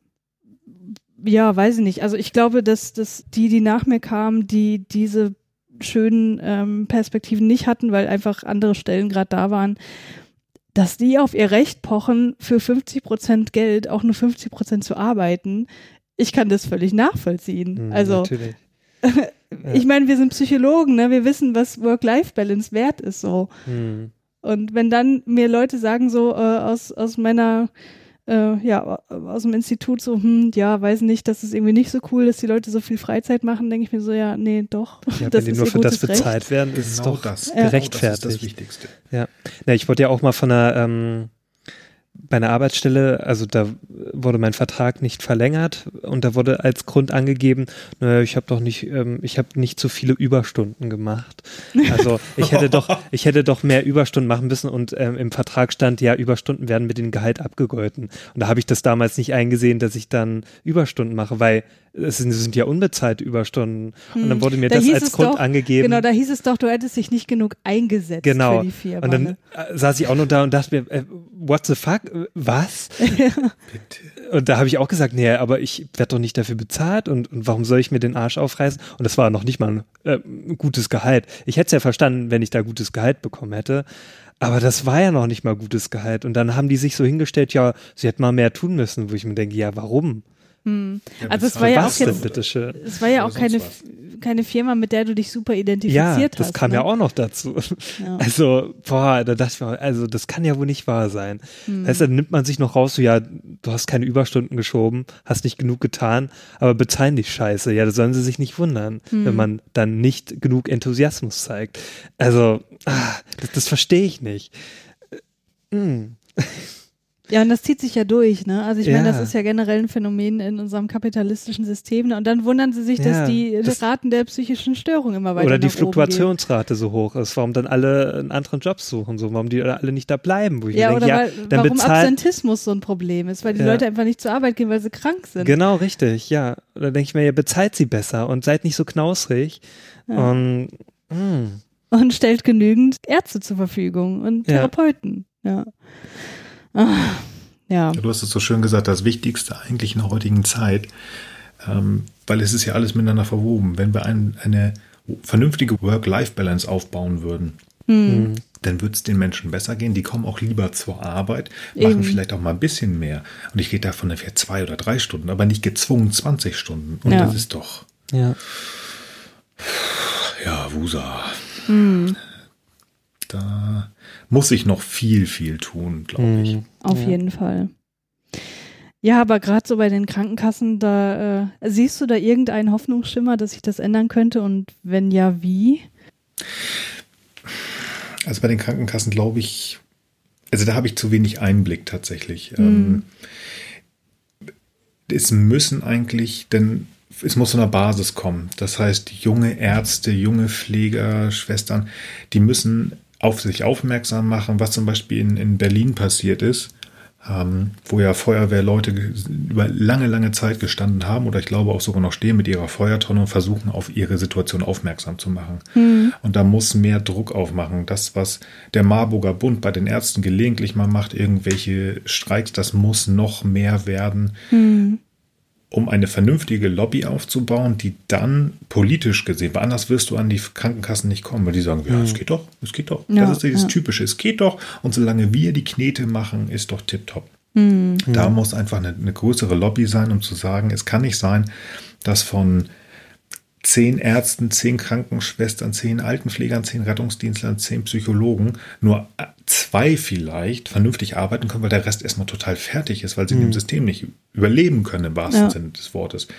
ja, weiß ich nicht. Also ich glaube, dass, dass die, die nach mir kamen, die diese schönen ähm, Perspektiven nicht hatten, weil einfach andere Stellen gerade da waren, dass die auf ihr Recht pochen, für fünfzig Prozent Geld auch nur fünfzig Prozent zu arbeiten. Ich kann das völlig nachvollziehen. Mhm, also natürlich. Ich meine, wir sind Psychologen, ne? Wir wissen, was Work-Life-Balance wert ist so. Hm. Und wenn dann mir Leute sagen so äh, aus aus meiner äh, ja aus dem Institut so, hm, ja, weiß nicht, das ist irgendwie nicht so cool, dass die Leute so viel Freizeit machen, denke ich mir so, ja, nee, doch. Ja, das wenn die ist nur ihr für das gutes bezahlt Recht. werden, ist es Genau doch das. gerechtfertigt. Genau, das ist das Wichtigste. Ja, ja, ich wurde ja auch mal von einer ähm, bei einer Arbeitsstelle, also da wurde mein Vertrag nicht verlängert und da wurde als Grund angegeben, naja, ich habe doch nicht, ähm, ich habe nicht so viele Überstunden gemacht. Also ich hätte doch, ich hätte doch mehr Überstunden machen müssen und ähm, im Vertrag stand, ja, Überstunden werden mit dem Gehalt abgegolten. Und da habe ich das damals nicht eingesehen, dass ich dann Überstunden mache, weil es sind, es sind ja unbezahlte Überstunden. Hm. Und dann wurde mir da das als Grund doch, angegeben. Genau, da hieß es doch, du hättest dich nicht genug eingesetzt genau. für die Firma. Und dann ne? saß ich auch nur da und dachte mir, äh, what the fuck? Was? Ja. Bitte. Und da habe ich auch gesagt, nee, aber ich werde doch nicht dafür bezahlt und, und warum soll ich mir den Arsch aufreißen? Und das war noch nicht mal ein, äh, ein gutes Gehalt. Ich hätte es ja verstanden, wenn ich da gutes Gehalt bekommen hätte. Aber das war ja noch nicht mal gutes Gehalt. Und dann haben die sich so hingestellt, ja, sie hätten mal mehr tun müssen, wo ich mir denke, ja, warum? Hm. Ja, also es war ja auch denn, jetzt, bitteschön? es war ja auch keine, was. keine Firma, mit der du dich super identifiziert ja, hast. das kam ne? ja auch noch dazu. Ja. Also, boah, da dachte ich mir, also das kann ja wohl nicht wahr sein. Hm. Heißt, dann nimmt man sich noch raus, so ja, du hast keine Überstunden geschoben, hast nicht genug getan, aber bezahlen dich scheiße. Ja, da sollen sie sich nicht wundern, hm. wenn man dann nicht genug Enthusiasmus zeigt. Also, ah, das, das verstehe ich nicht. Hm. Ja, und das zieht sich ja durch, ne? Also ich Ja. meine, das ist ja generell ein Phänomen in unserem kapitalistischen System. Ne? Und dann wundern sie sich, Ja, dass die das- Raten der psychischen Störung immer weiter Oder die nach oben gehen. Fluktuationsrate so hoch ist, warum dann alle einen anderen Job suchen, so, warum die alle nicht da bleiben. Wo ich Ja, mir oder denke, weil, ja, dann warum bezahlt, Absentismus so ein Problem ist, weil die Ja. Leute einfach nicht zur Arbeit gehen, weil sie krank sind. Genau, richtig, ja. Da denke ich mir, ja, bezahlt sie besser und seid nicht so knausrig. Ja. Und mh. Und stellt genügend Ärzte zur Verfügung und Ja. Therapeuten. Ja. Ah, ja. Du hast es so schön gesagt, das Wichtigste eigentlich in der heutigen Zeit, ähm, weil es ist ja alles miteinander verwoben. Wenn wir ein, eine vernünftige Work-Life-Balance aufbauen würden, Hm. dann wird es den Menschen besser gehen. Die kommen auch lieber zur Arbeit, machen Eben. vielleicht auch mal ein bisschen mehr. Und ich rede davon ungefähr zwei oder drei Stunden, aber nicht gezwungen zwanzig Stunden. Und Ja. das ist doch, ja. ja, Wusa. Hm. Da muss ich noch viel, viel tun, glaube ich. Mhm. Auf Ja. jeden Fall. Ja, aber gerade so bei den Krankenkassen, da äh, siehst du da irgendeinen Hoffnungsschimmer, dass sich das ändern könnte und wenn ja, wie? Also bei den Krankenkassen glaube ich, also da habe ich zu wenig Einblick tatsächlich. Mhm. Ähm, es müssen eigentlich, denn es muss von der Basis kommen. Das heißt, junge Ärzte, junge Pfleger, Schwestern, die müssen auf sich aufmerksam machen, was zum Beispiel in, in Berlin passiert ist, ähm, wo ja Feuerwehrleute ge- über lange, lange Zeit gestanden haben oder ich glaube auch sogar noch stehen mit ihrer Feuertonne und versuchen, auf ihre Situation aufmerksam zu machen. Hm. Und da muss mehr Druck aufmachen. Das, was der Marburger Bund bei den Ärzten gelegentlich mal macht, irgendwelche Streiks, das muss noch mehr werden, Hm. um eine vernünftige Lobby aufzubauen, die dann politisch gesehen, weil anders wirst du an die Krankenkassen nicht kommen, weil die sagen, ja, es geht doch, es geht doch. Ja, das ist dieses ja. Typische, es geht doch. Und solange wir die Knete machen, ist doch tipptopp. Hm. Da muss einfach eine, eine größere Lobby sein, um zu sagen, es kann nicht sein, dass von zehn Ärzten, zehn Krankenschwestern, zehn Altenpflegern, zehn Rettungsdienstlern, zehn Psychologen nur zwei vielleicht vernünftig arbeiten können, weil der Rest erstmal total fertig ist, weil sie in dem System nicht überleben können, im wahrsten Ja. Sinne des Wortes.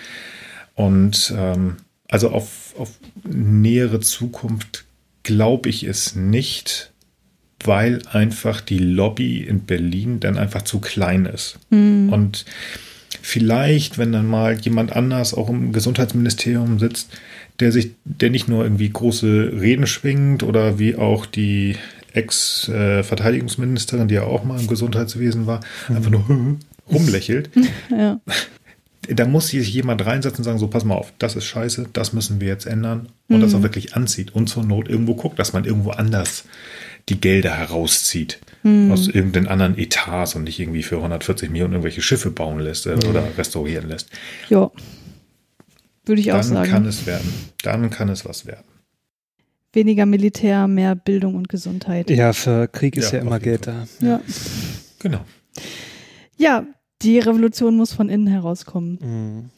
Und ähm, also auf, auf nähere Zukunft glaube ich es nicht, weil einfach die Lobby in Berlin dann einfach zu klein ist. Hm. Und vielleicht, wenn dann mal jemand anders auch im Gesundheitsministerium sitzt, der sich, der nicht nur irgendwie große Reden schwingt oder wie auch die Ex-Verteidigungsministerin, die ja auch mal im Gesundheitswesen war, einfach nur rumlächelt. Ja. Da muss sich jemand reinsetzen und sagen, so pass mal auf, das ist scheiße, das müssen wir jetzt ändern und das auch wirklich anzieht und zur Not irgendwo guckt, dass man irgendwo anders die Gelder herauszieht aus irgendeinen anderen Etats und nicht irgendwie für hundertvierzig Millionen irgendwelche Schiffe bauen lässt äh, oder restaurieren lässt. Ja. Würde ich auch Dann sagen. kann es werden. Dann kann es was werden. Weniger Militär, mehr Bildung und Gesundheit. Ja, für Krieg ist Ja, ja, immer auf jeden Geld da. Ja. Genau. Ja, die Revolution muss von innen herauskommen. Mhm.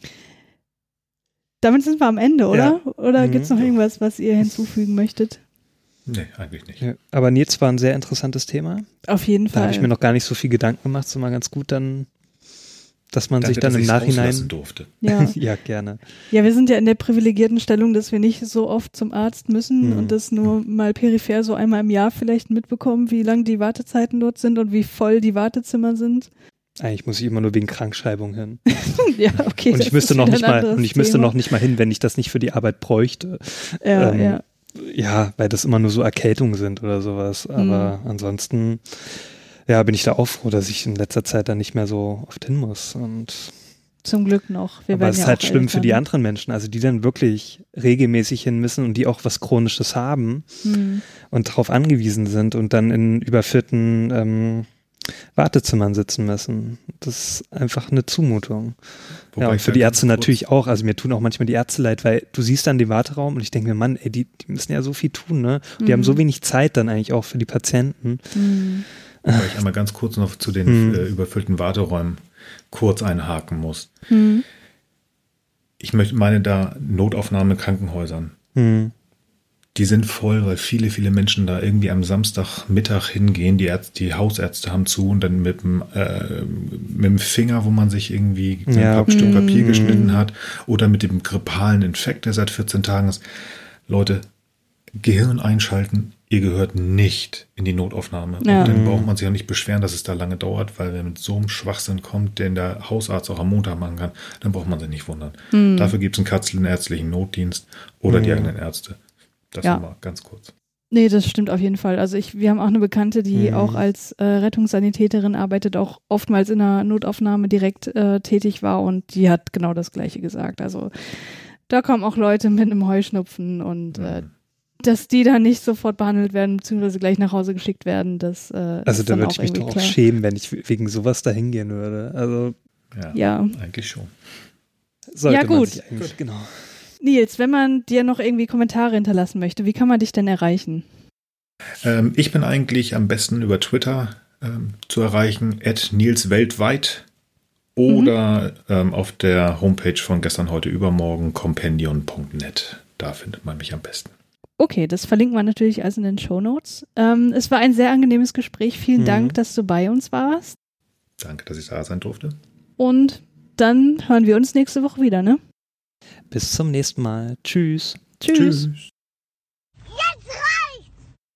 Damit sind wir am Ende, oder? Oder Mhm. gibt es noch irgendwas, was ihr hinzufügen möchtet? Nee, eigentlich nicht. Ja. Aber Nils war ein sehr interessantes Thema. Auf jeden Da Fall. habe ich mir noch gar nicht so viel Gedanken gemacht. So mal ganz gut dann, dass man sich Danke, dann im dass ich's Nachhinein... rauslassen durfte. ja. ja, gerne. ja, wir sind ja in der privilegierten Stellung, dass wir nicht so oft zum Arzt müssen Mhm. und das nur mal peripher so einmal im Jahr vielleicht mitbekommen, wie lang die Wartezeiten dort sind und wie voll die Wartezimmer sind. Eigentlich muss ich immer nur wegen Krankschreibung hin. Ja, okay. Und das ich müsste ist noch wieder nicht ein mal, anderes und ich müsste Thema. noch nicht mal hin, wenn ich das nicht für die Arbeit bräuchte. Ja, ähm, ja. Ja, weil das immer nur so Erkältungen sind oder sowas. Aber Mhm. ansonsten, ja, bin ich da auch froh, dass ich in letzter Zeit dann nicht mehr so oft hin muss. Und Zum Glück noch. Wir aber werden es ja ist halt auch schlimm älter, für die ne? anderen Menschen, also die dann wirklich regelmäßig hin müssen und die auch was Chronisches haben Hm. und darauf angewiesen sind und dann in überfüllten ähm, Wartezimmern sitzen müssen. Das ist einfach eine Zumutung. Wobei Ja, und ich für da die ganz Ärzte kurz- natürlich auch. Also mir tun auch manchmal die Ärzte leid, weil du siehst dann den Warteraum und ich denke mir, Mann, ey, die, die müssen ja so viel tun, ne? Und die Mhm. haben so wenig Zeit dann eigentlich auch für die Patienten. Hm. Wobei ich einmal ganz kurz noch zu den Hm. äh, überfüllten Warteräumen kurz einhaken muss. Hm. Ich möchte meine da Notaufnahme Krankenhäusern. Hm. Die sind voll, weil viele, viele Menschen da irgendwie am Samstagmittag hingehen. Die, Ärzte, die Hausärzte haben zu und dann mit dem, äh, mit dem Finger, wo man sich irgendwie ein Ja. Stück Papier Mm. geschnitten hat oder mit dem grippalen Infekt, der seit vierzehn Tagen ist. Leute, Gehirn einschalten. ihr gehört nicht in die Notaufnahme. Ja. Und dann braucht man sich auch nicht beschweren, dass es da lange dauert, weil wenn mit so einem Schwachsinn kommt, den der Hausarzt auch am Montag machen kann, dann braucht man sich nicht wundern. Hm. Dafür gibt es einen kassenärztlichen Notdienst oder die Mhm. eigenen Ärzte. Das Ja. mal ganz kurz. Nee, das stimmt auf jeden Fall. Also ich, wir haben auch eine Bekannte, die Mhm. auch als äh, Rettungssanitäterin arbeitet, auch oftmals in der Notaufnahme direkt äh, tätig war und die hat genau das Gleiche gesagt. Also da kommen auch Leute mit einem Heuschnupfen und äh, Mhm. dass die dann nicht sofort behandelt werden, beziehungsweise gleich nach Hause geschickt werden, das äh, Also ist da dann würde auch ich mich irgendwie doch auch klar. schämen, wenn ich wegen sowas da hingehen würde. Also Ja, Ja. eigentlich schon. sollte Ja, man gut. sich eigentlich, genau. Nils, wenn man dir noch irgendwie Kommentare hinterlassen möchte, wie kann man dich denn erreichen? Ähm, ich bin eigentlich am besten über Twitter ähm, zu erreichen, at Nils weltweit oder ähm, auf der Homepage von gestern, heute, übermorgen, compendion punkt net. Da findet man mich am besten. Okay, das verlinken wir natürlich also in den Shownotes. Ähm, es war ein sehr angenehmes Gespräch. Vielen Mhm. Dank, dass du bei uns warst. Danke, dass ich da sein durfte. Und dann hören wir uns nächste Woche wieder, ne? Bis zum nächsten Mal. Tschüss. Tschüss. Tschüss. Jetzt